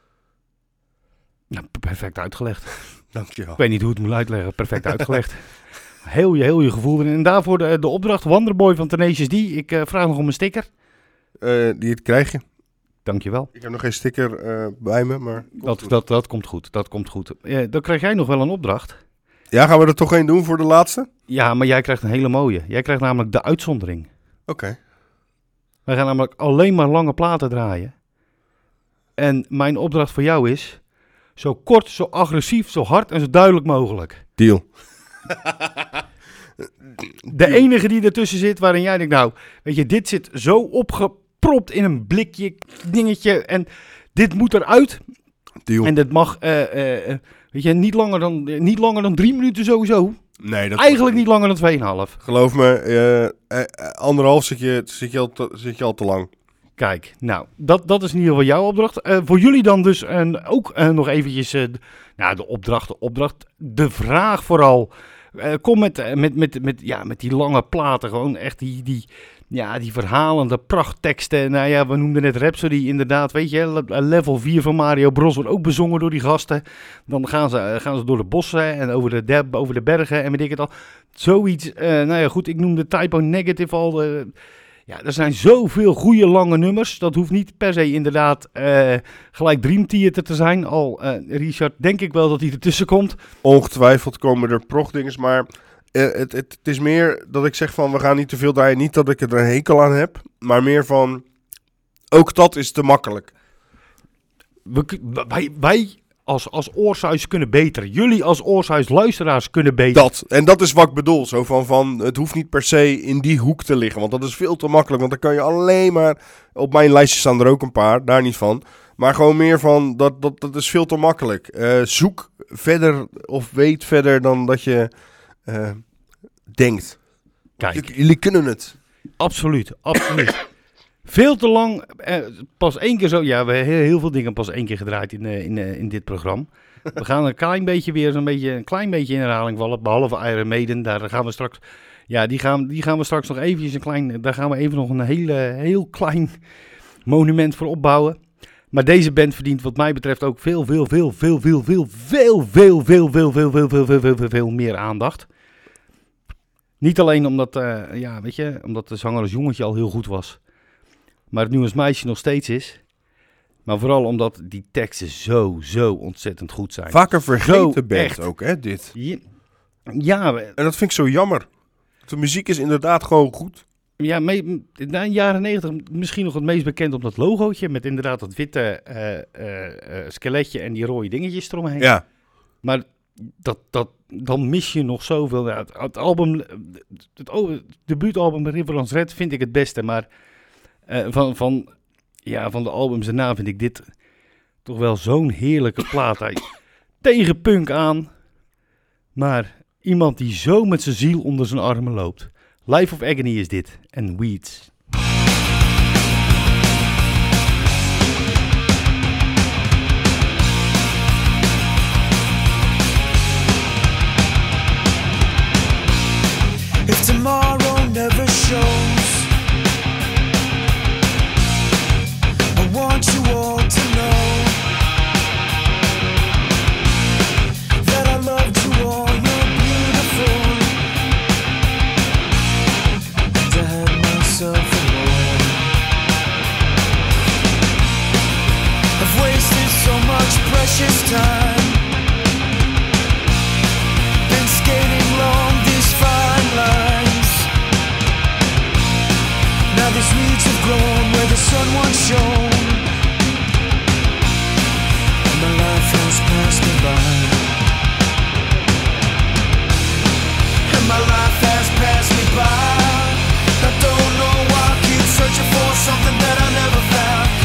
A: Nou, perfect uitgelegd.
D: Dankjewel.
A: Ik weet niet hoe het moet uitleggen, perfect uitgelegd. Heel je gevoel erin. En daarvoor de opdracht Wonderboy van Tenacious D. Ik vraag nog om een sticker.
D: Die krijg je.
A: Dankjewel.
D: Ik heb nog geen sticker bij me, maar...
A: Dat komt goed, dat komt goed. Dan krijg jij nog wel een opdracht.
D: Ja, gaan we er toch één doen voor de laatste?
A: Ja, maar jij krijgt een hele mooie. Jij krijgt namelijk de uitzondering.
D: Oké.
A: Wij gaan namelijk alleen maar lange platen draaien. En mijn opdracht voor jou is... zo kort, zo agressief, zo hard en zo duidelijk mogelijk.
D: Deal.
A: De enige die ertussen zit waarin jij denkt... nou, weet je, dit zit zo opgepropt in een blikje, dingetje... en dit moet eruit.
D: Deal.
A: En dat mag, weet je, niet langer dan 3 minuten sowieso.
D: Nee, dat
A: eigenlijk niet langer dan 2,5.
D: Geloof me, 1,5 zit je al te lang.
A: Kijk, nou, dat is in ieder geval jouw opdracht. Voor jullie dan dus ook nog eventjes de opdracht. De vraag vooral. Kom met die lange platen, gewoon echt die verhalende prachtteksten. Nou ja, we noemden net Rhapsody, inderdaad, weet je. Level 4 van Mario Bros wordt ook bezongen door die gasten. Dan gaan ze door de bossen en over de bergen en weet ik het al. Zoiets, goed, ik noemde Typo Negative al... Ja, er zijn zoveel goede lange nummers. Dat hoeft niet per se inderdaad gelijk Dream Theater te zijn. Richard, denk ik wel dat hij ertussen komt.
D: Ongetwijfeld komen er progdinges, maar het is meer dat ik zeg van we gaan niet te veel draaien. Niet dat ik er een hekel aan heb, maar meer van ook dat is te makkelijk.
A: Wij als Oorsuis kunnen beter. Jullie als Oorsuis luisteraars kunnen beter.
D: En dat is wat ik bedoel. Zo van het hoeft niet per se in die hoek te liggen. Want dat is veel te makkelijk. Want dan kan je alleen maar... Op mijn lijstje staan er ook een paar. Daar niet van. Maar gewoon meer van... Dat is veel te makkelijk. Zoek verder of weet verder dan dat je denkt.
A: Kijk.
D: Jullie kunnen het.
A: Absoluut. Veel te lang, pas 1 keer zo. Ja, we hebben heel veel dingen pas 1 keer gedraaid in dit programma. We gaan een klein beetje in herhaling vallen, behalve Iron Maiden. Daar gaan we straks, die gaan we straks nog eventjes daar gaan we even nog een heel klein monument voor opbouwen. Maar deze band verdient wat mij betreft ook veel meer aandacht. Niet alleen omdat, omdat de zanger als jongetje al heel goed was. Maar het nu als meisje nog steeds is. Maar vooral omdat die teksten zo ontzettend goed zijn.
D: Vaker vergeten band
A: echt.
D: Ook, hè, dit.
A: Ja.
D: En dat vind ik zo jammer. De muziek is inderdaad gewoon goed.
A: Ja, in de jaren 90 misschien nog het meest bekend om dat logootje. Met inderdaad dat witte skeletje en die rode dingetjes eromheen.
D: Ja.
A: Maar dan mis je nog zoveel. Ja, het album, het debuutalbum River Runs Red vind ik het beste. Maar van de albums daarna vind ik dit toch wel zo'n heerlijke plaat. Tegen punk aan. Maar iemand die zo met zijn ziel onder zijn armen loopt. Life of Agony is dit. En Weeds.
E: If tomorrow never shows, I want you all to know that I loved you all, you're beautiful. To have myself alone, I've wasted so much precious time, been skating along these fine lines. Now these weeds have grown where the sun once shone, and my life has passed me by. And my life has passed me by. I don't know why I keep searching for something that I never found.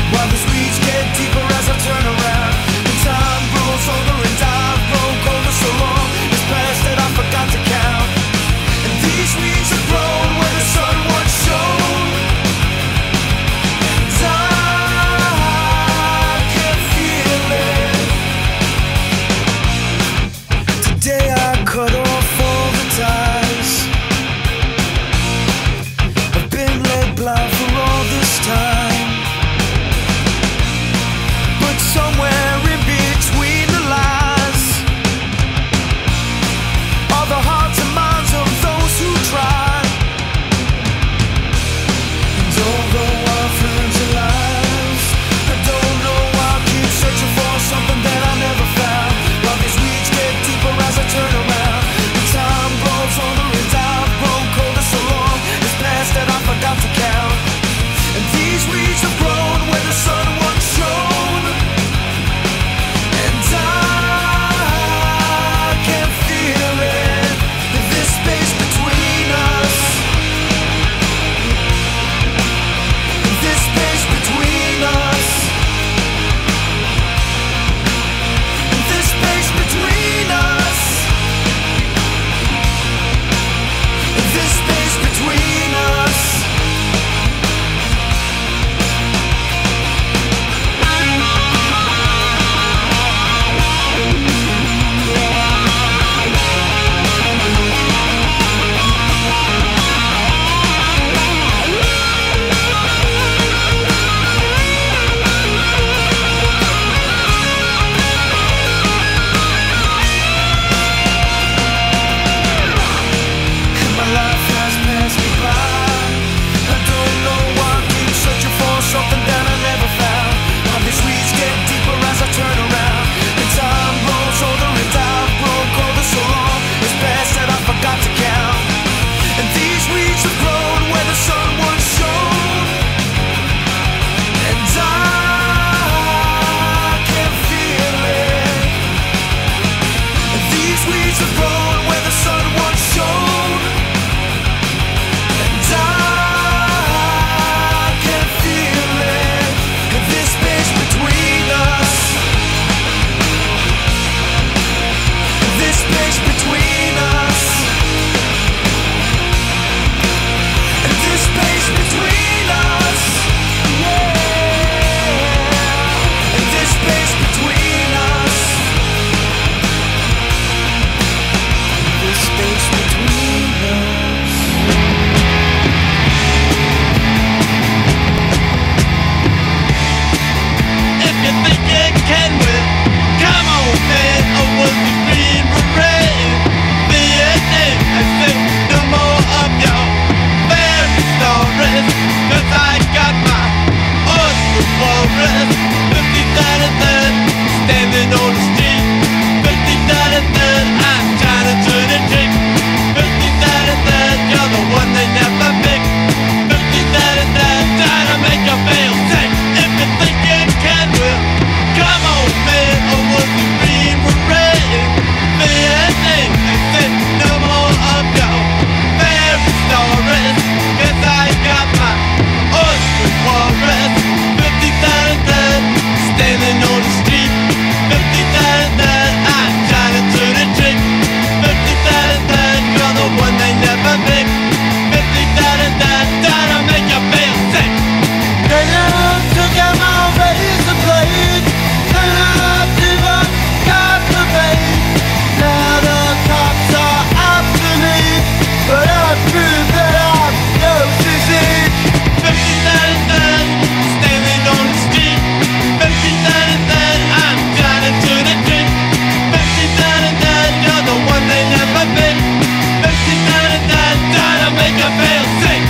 E: you think you can win, come on, man. I was the Green Beret. Vietnam, I said no more of your fairy stories, 'cause I got my Oscar Forest. 50-33, standing on the street. 50-33, I'm trying to turn a trick. 50-33, you're the one they never pick. 50-33, trying to make you feel sick. If you think you can win, come on, man. I was the Green Beret. Vietnam, I said no more of your fairy stories, 'cause I got my Oscar Forest. 50-33, standing on the street. 50-33, I'm trying to turn a trick. 50-33, you're the one they never pick. 50-33, trying to make you feel sick. They never took out my razor blade. They never even got the bait. Now the cops are after me, but I prove that I'm no disease. 50-33, standing on the street. 50-33, I'm trying to turn a trick. 50-33, you're the one they never pick. 50-33, trying to make you feel sick.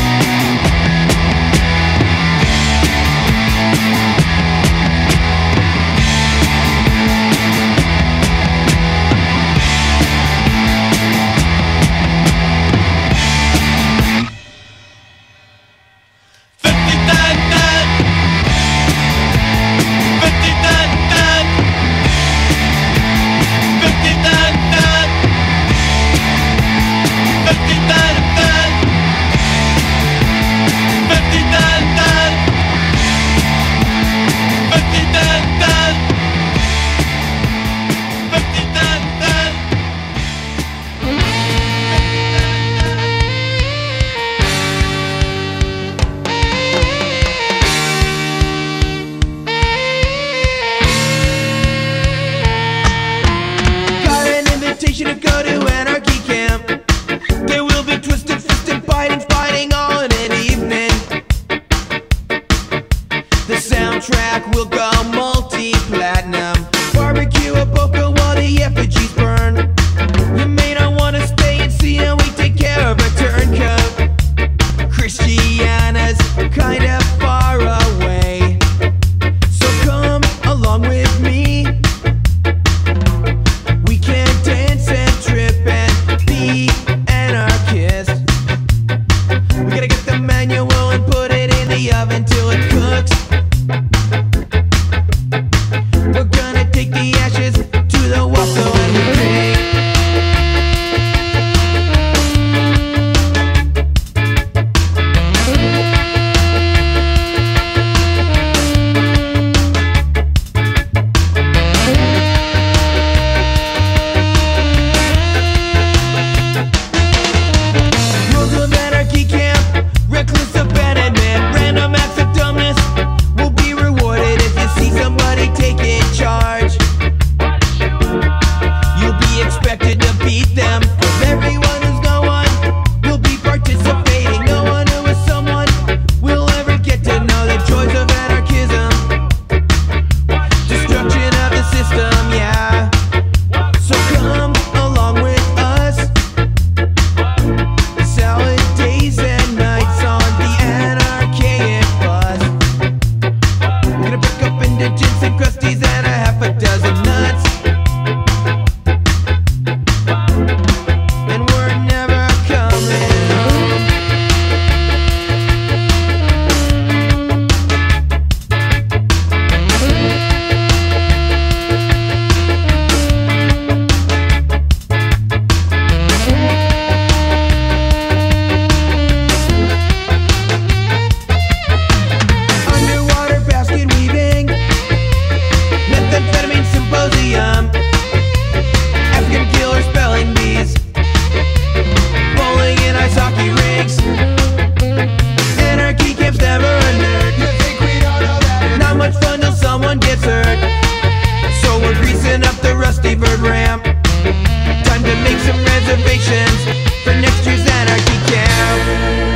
E: Got an invitation to go to anarchy camp. There will be twisted, fisted, biting, fighting all in an evening. The soundtrack will go multi-platinum. Barbecue a boca while the effigies burn. You may not want to stay and see how we take care of a turncoat. Christiana's kind of far away, so come along with me. We can dance and trip and be anarchists. We gotta get the manual and put it in the oven till it cooks. We're gonna take the ashes to the Wasso and we bake. Rules of anarchy camp, reckless abandonment, random acts of dumbness will be rewarded if you see somebody taking charge. You'll be expected to beat them, 'cause everyone who's no one will be participating. No one who is someone will ever get to know the joys of anarchism. Destruction of the system, yeah. So come along with us. Salad days and nights on the anarchic bus. We're gonna pick up indigents and crusties and a half a dozen nuts. And we're never coming home. Underwater basket weaving, methamphetamine symposium, African killer spelling bees, bowling in ice hockey rinks. Anarchy camps never a nerd. You think we don't know that? Not much fun till someone gets hurt. So we're greasing up the Rusty Bird ramp. Time to make some reservations for next year's anarchy camp.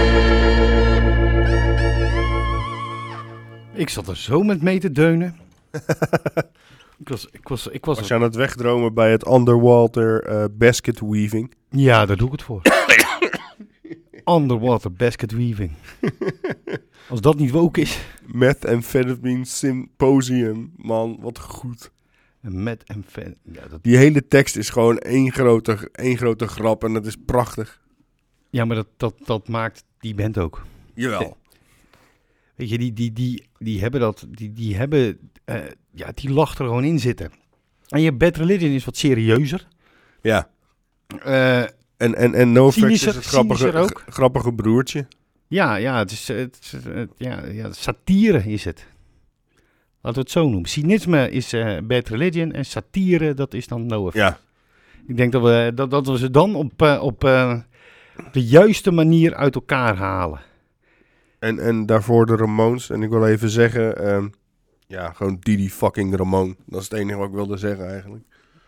A: Ik zat er zo met mee te deunen. Ik was
D: Was je aan het wegdromen bij het underwater basket weaving?
A: Ja, daar doe ik het voor. Underwater basket weaving. Als dat niet woke is.
D: Methamphetamine Symposium. Man, wat goed.
A: Met en fan. Ja,
D: Die hele tekst is gewoon één grote grap en dat is prachtig.
A: ja, maar dat maakt die band ook.
D: Jawel.
A: Weet je, die hebben dat. Die hebben. Die lacht er gewoon in zitten. En je Bad Religion is wat serieuzer.
D: Ja. En NoFX is
A: cynischer-
D: het
A: cynischer ook.
D: grappige broertje.
A: Ja, het is satire is het. Laten we het zo noemen. Cynisme is Bad Religion en satire, dat is dan NoFX.
D: Ja.
A: Ik denk dat we ze dan op de juiste manier uit elkaar halen.
D: En daarvoor de Ramones. En ik wil even zeggen, gewoon Didi fucking Ramon. Dat is het enige wat ik wilde zeggen eigenlijk.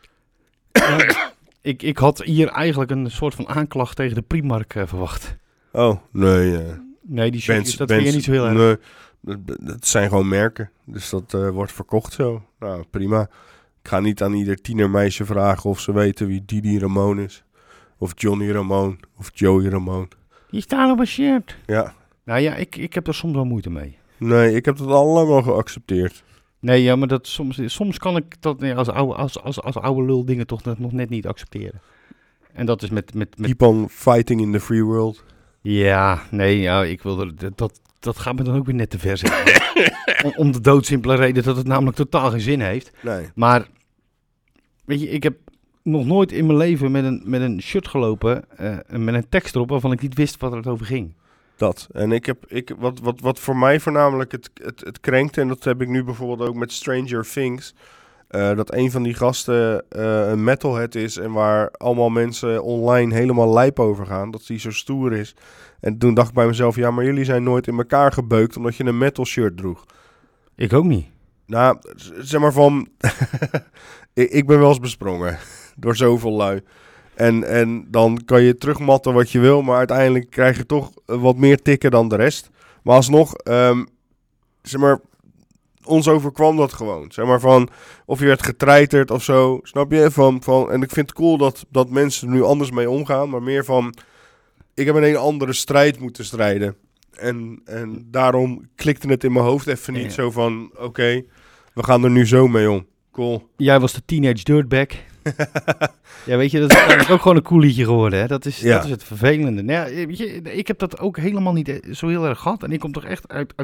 A: Ik had hier eigenlijk een soort van aanklacht tegen de Primark verwacht.
D: Oh, nee.
A: Nee, die shirtjes, dat vind je niet zo heel erg.
D: Nee, dat zijn gewoon merken. Dus dat wordt verkocht zo. Nou, prima. Ik ga niet aan ieder tienermeisje vragen of ze weten wie Didi Ramon is. Of Johnny Ramone. Of Joey Ramone.
A: Die staan op een shirt.
D: Ja.
A: Nou ja, ik heb er soms wel moeite mee.
D: Nee, ik heb dat al lang al geaccepteerd.
A: Nee, ja, maar soms kan ik dat als oude lul dingen toch nog net niet accepteren. En dat is met
D: Keep on fighting in the free world.
A: Ja, nee, ja, ik wilde dat gaat me dan ook weer net te ver zijn. om de doodsimpele reden dat het namelijk totaal geen zin heeft.
D: Nee.
A: Maar weet je, ik heb nog nooit in mijn leven met een shirt gelopen met een tekst erop waarvan ik niet wist wat het over ging.
D: Dat. En wat voor mij voornamelijk het krenkte, en dat heb ik nu bijvoorbeeld ook met Stranger Things, dat een van die gasten een metalhead is en waar allemaal mensen online helemaal lijp over gaan, dat die zo stoer is. En toen dacht ik bij mezelf, ja, maar jullie zijn nooit in elkaar gebeukt omdat je een metal shirt droeg.
A: Ik ook niet.
D: Nou, zeg maar van, ik ben wel eens besprongen door zoveel lui. En dan kan je terugmatten wat je wil, maar uiteindelijk krijg je toch wat meer tikken dan de rest. Maar alsnog, zeg maar, ons overkwam dat gewoon. Zeg maar van, of je werd getreiterd of zo, snap je? En ik vind het cool dat mensen er nu anders mee omgaan, maar meer van, ik heb een hele andere strijd moeten strijden. En daarom klikte het in mijn hoofd even niet zo van, oké, we gaan er nu zo mee om. Cool.
A: Jij was de teenage dirtbag. Ja, weet je, dat is eigenlijk ook gewoon een cool liedje geworden. Hè? Dat is het vervelende. Nou ja, weet je, ik heb dat ook helemaal niet zo heel erg gehad. En ik kom toch echt uit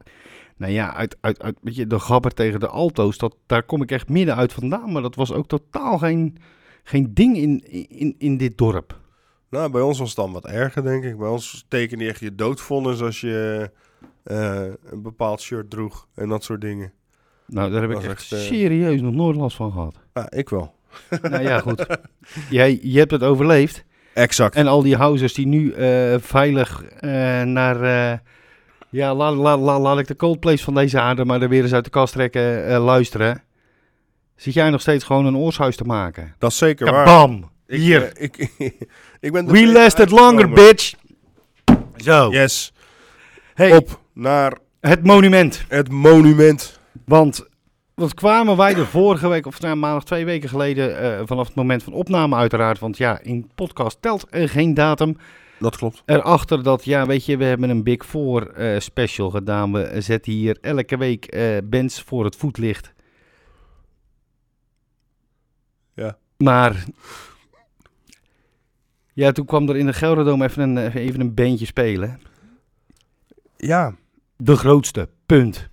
A: weet je, de gabber tegen de alto's. Daar kom ik echt midden uit vandaan. Maar dat was ook totaal geen ding in dit dorp.
D: Nou, bij ons was het dan wat erger, denk ik. Bij ons teken je echt je doodvonnis als je een bepaald shirt droeg en dat soort dingen.
A: Nou, daar heb ik echt serieus nog nooit last van gehad.
D: Ja, ik wel.
A: Nou ja, goed. Je hebt het overleefd.
D: Exact.
A: En al die housers die nu veilig naar... laat ik de Coldplays van deze aarde maar er weer eens uit de kast trekken, luisteren. Zit jij nog steeds gewoon een oorshuis te maken?
D: Dat is zeker waar.
A: Kabam! Hier.
D: Ik ben
A: We lasted longer, bitch! Zo.
D: Yes.
A: Hey,
D: op naar
A: het monument.
D: Het monument.
A: Want wat kwamen wij de vorige week, of maandag 2 weken geleden, vanaf het moment van opname uiteraard. Want ja, in podcast telt er geen datum.
D: Dat klopt.
A: Erachter dat, ja, weet je, we hebben een Big Four special gedaan. We zetten hier elke week bands voor het voetlicht.
D: Ja.
A: Maar ja, toen kwam er in de Gelderdoom even een bandje spelen.
D: Ja.
A: De grootste, punt.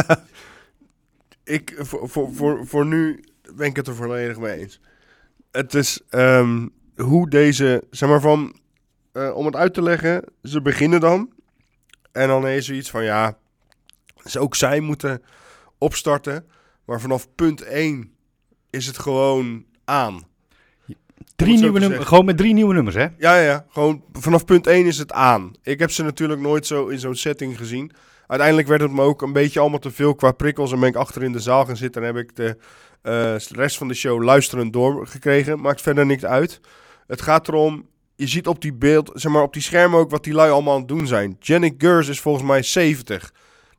D: Voor nu ben ik het er volledig mee eens. Het is hoe deze, zeg maar van, om het uit te leggen, ze beginnen dan. En dan is er iets van, ja, dus ook zij moeten opstarten. Maar vanaf punt 1 is het gewoon aan.
A: 3 nieuwe nummers, gewoon met 3 nieuwe nummers, hè?
D: Ja, gewoon vanaf punt 1 is het aan. Ik heb ze natuurlijk nooit zo in zo'n setting gezien. Uiteindelijk werd het me ook een beetje allemaal te veel qua prikkels. En ben ik achter in de zaal gaan zitten en heb ik de rest van de show luisterend doorgekregen. Maakt verder niks uit. Het gaat erom, je ziet op die beeld, zeg maar op die schermen ook wat die lui allemaal aan het doen zijn. Janik Gers is volgens mij 70. Die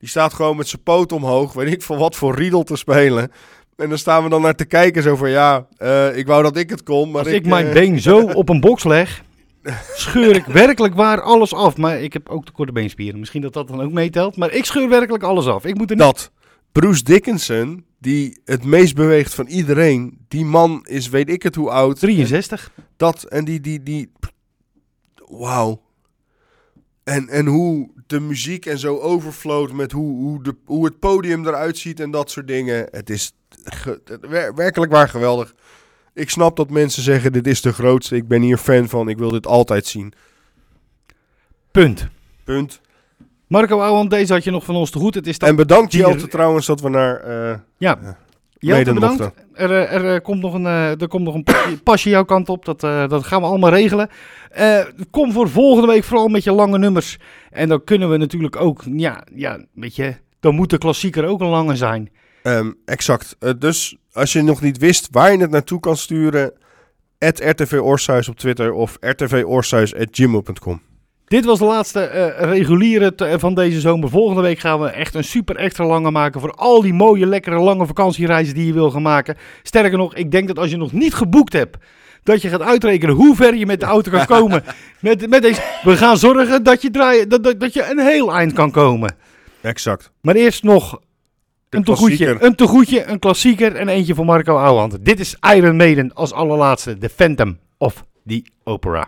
D: Die staat gewoon met zijn poot omhoog, weet ik van wat voor riedel te spelen. En dan staan we dan naar te kijken, zo van ik wou dat ik het kon. Maar
A: als ik mijn been zo op een box leg, scheur ik werkelijk waar alles af. Maar ik heb ook de korte beenspieren. Misschien dat dan ook meetelt. Maar ik scheur werkelijk alles af. Ik moet er niet...
D: Dat Bruce Dickinson, die het meest beweegt van iedereen, die man is weet ik het hoe oud.
A: 63.
D: Dat en die wauw. En hoe de muziek en zo overflowt met hoe het podium eruit ziet en dat soort dingen. Het is werkelijk waar geweldig. Ik snap dat mensen zeggen, dit is de grootste. Ik ben hier fan van. Ik wil dit altijd zien.
A: Punt.
D: Marco
A: Ouwehand, deze had je nog van ons te goed. Het is
D: en bedankt Jelte trouwens dat we naar...
A: Jelte, bedankt. Er komt nog een pasje jouw kant op. Dat gaan we allemaal regelen. Kom voor volgende week vooral met je lange nummers. En dan kunnen we natuurlijk ook... weet je, dan moet de klassieker ook een lange zijn.
D: Exact. Dus als je nog niet wist waar je het naartoe kan sturen... @RTV-Oorsuis op Twitter of rtvoorsuis@gmail.com.
A: Dit was de laatste reguliere van deze zomer. Volgende week gaan we echt een super extra lange maken voor al die mooie, lekkere, lange vakantiereizen die je wil gaan maken. Sterker nog, ik denk dat als je nog niet geboekt hebt, dat je gaat uitrekenen hoe ver je met de auto kan komen. met deze, we gaan zorgen dat je een heel eind kan komen.
D: Exact.
A: Maar eerst nog een tegoedje, een klassieker en eentje voor Marco Ouwehand. Dit is Iron Maiden als allerlaatste, The Phantom of the Opera.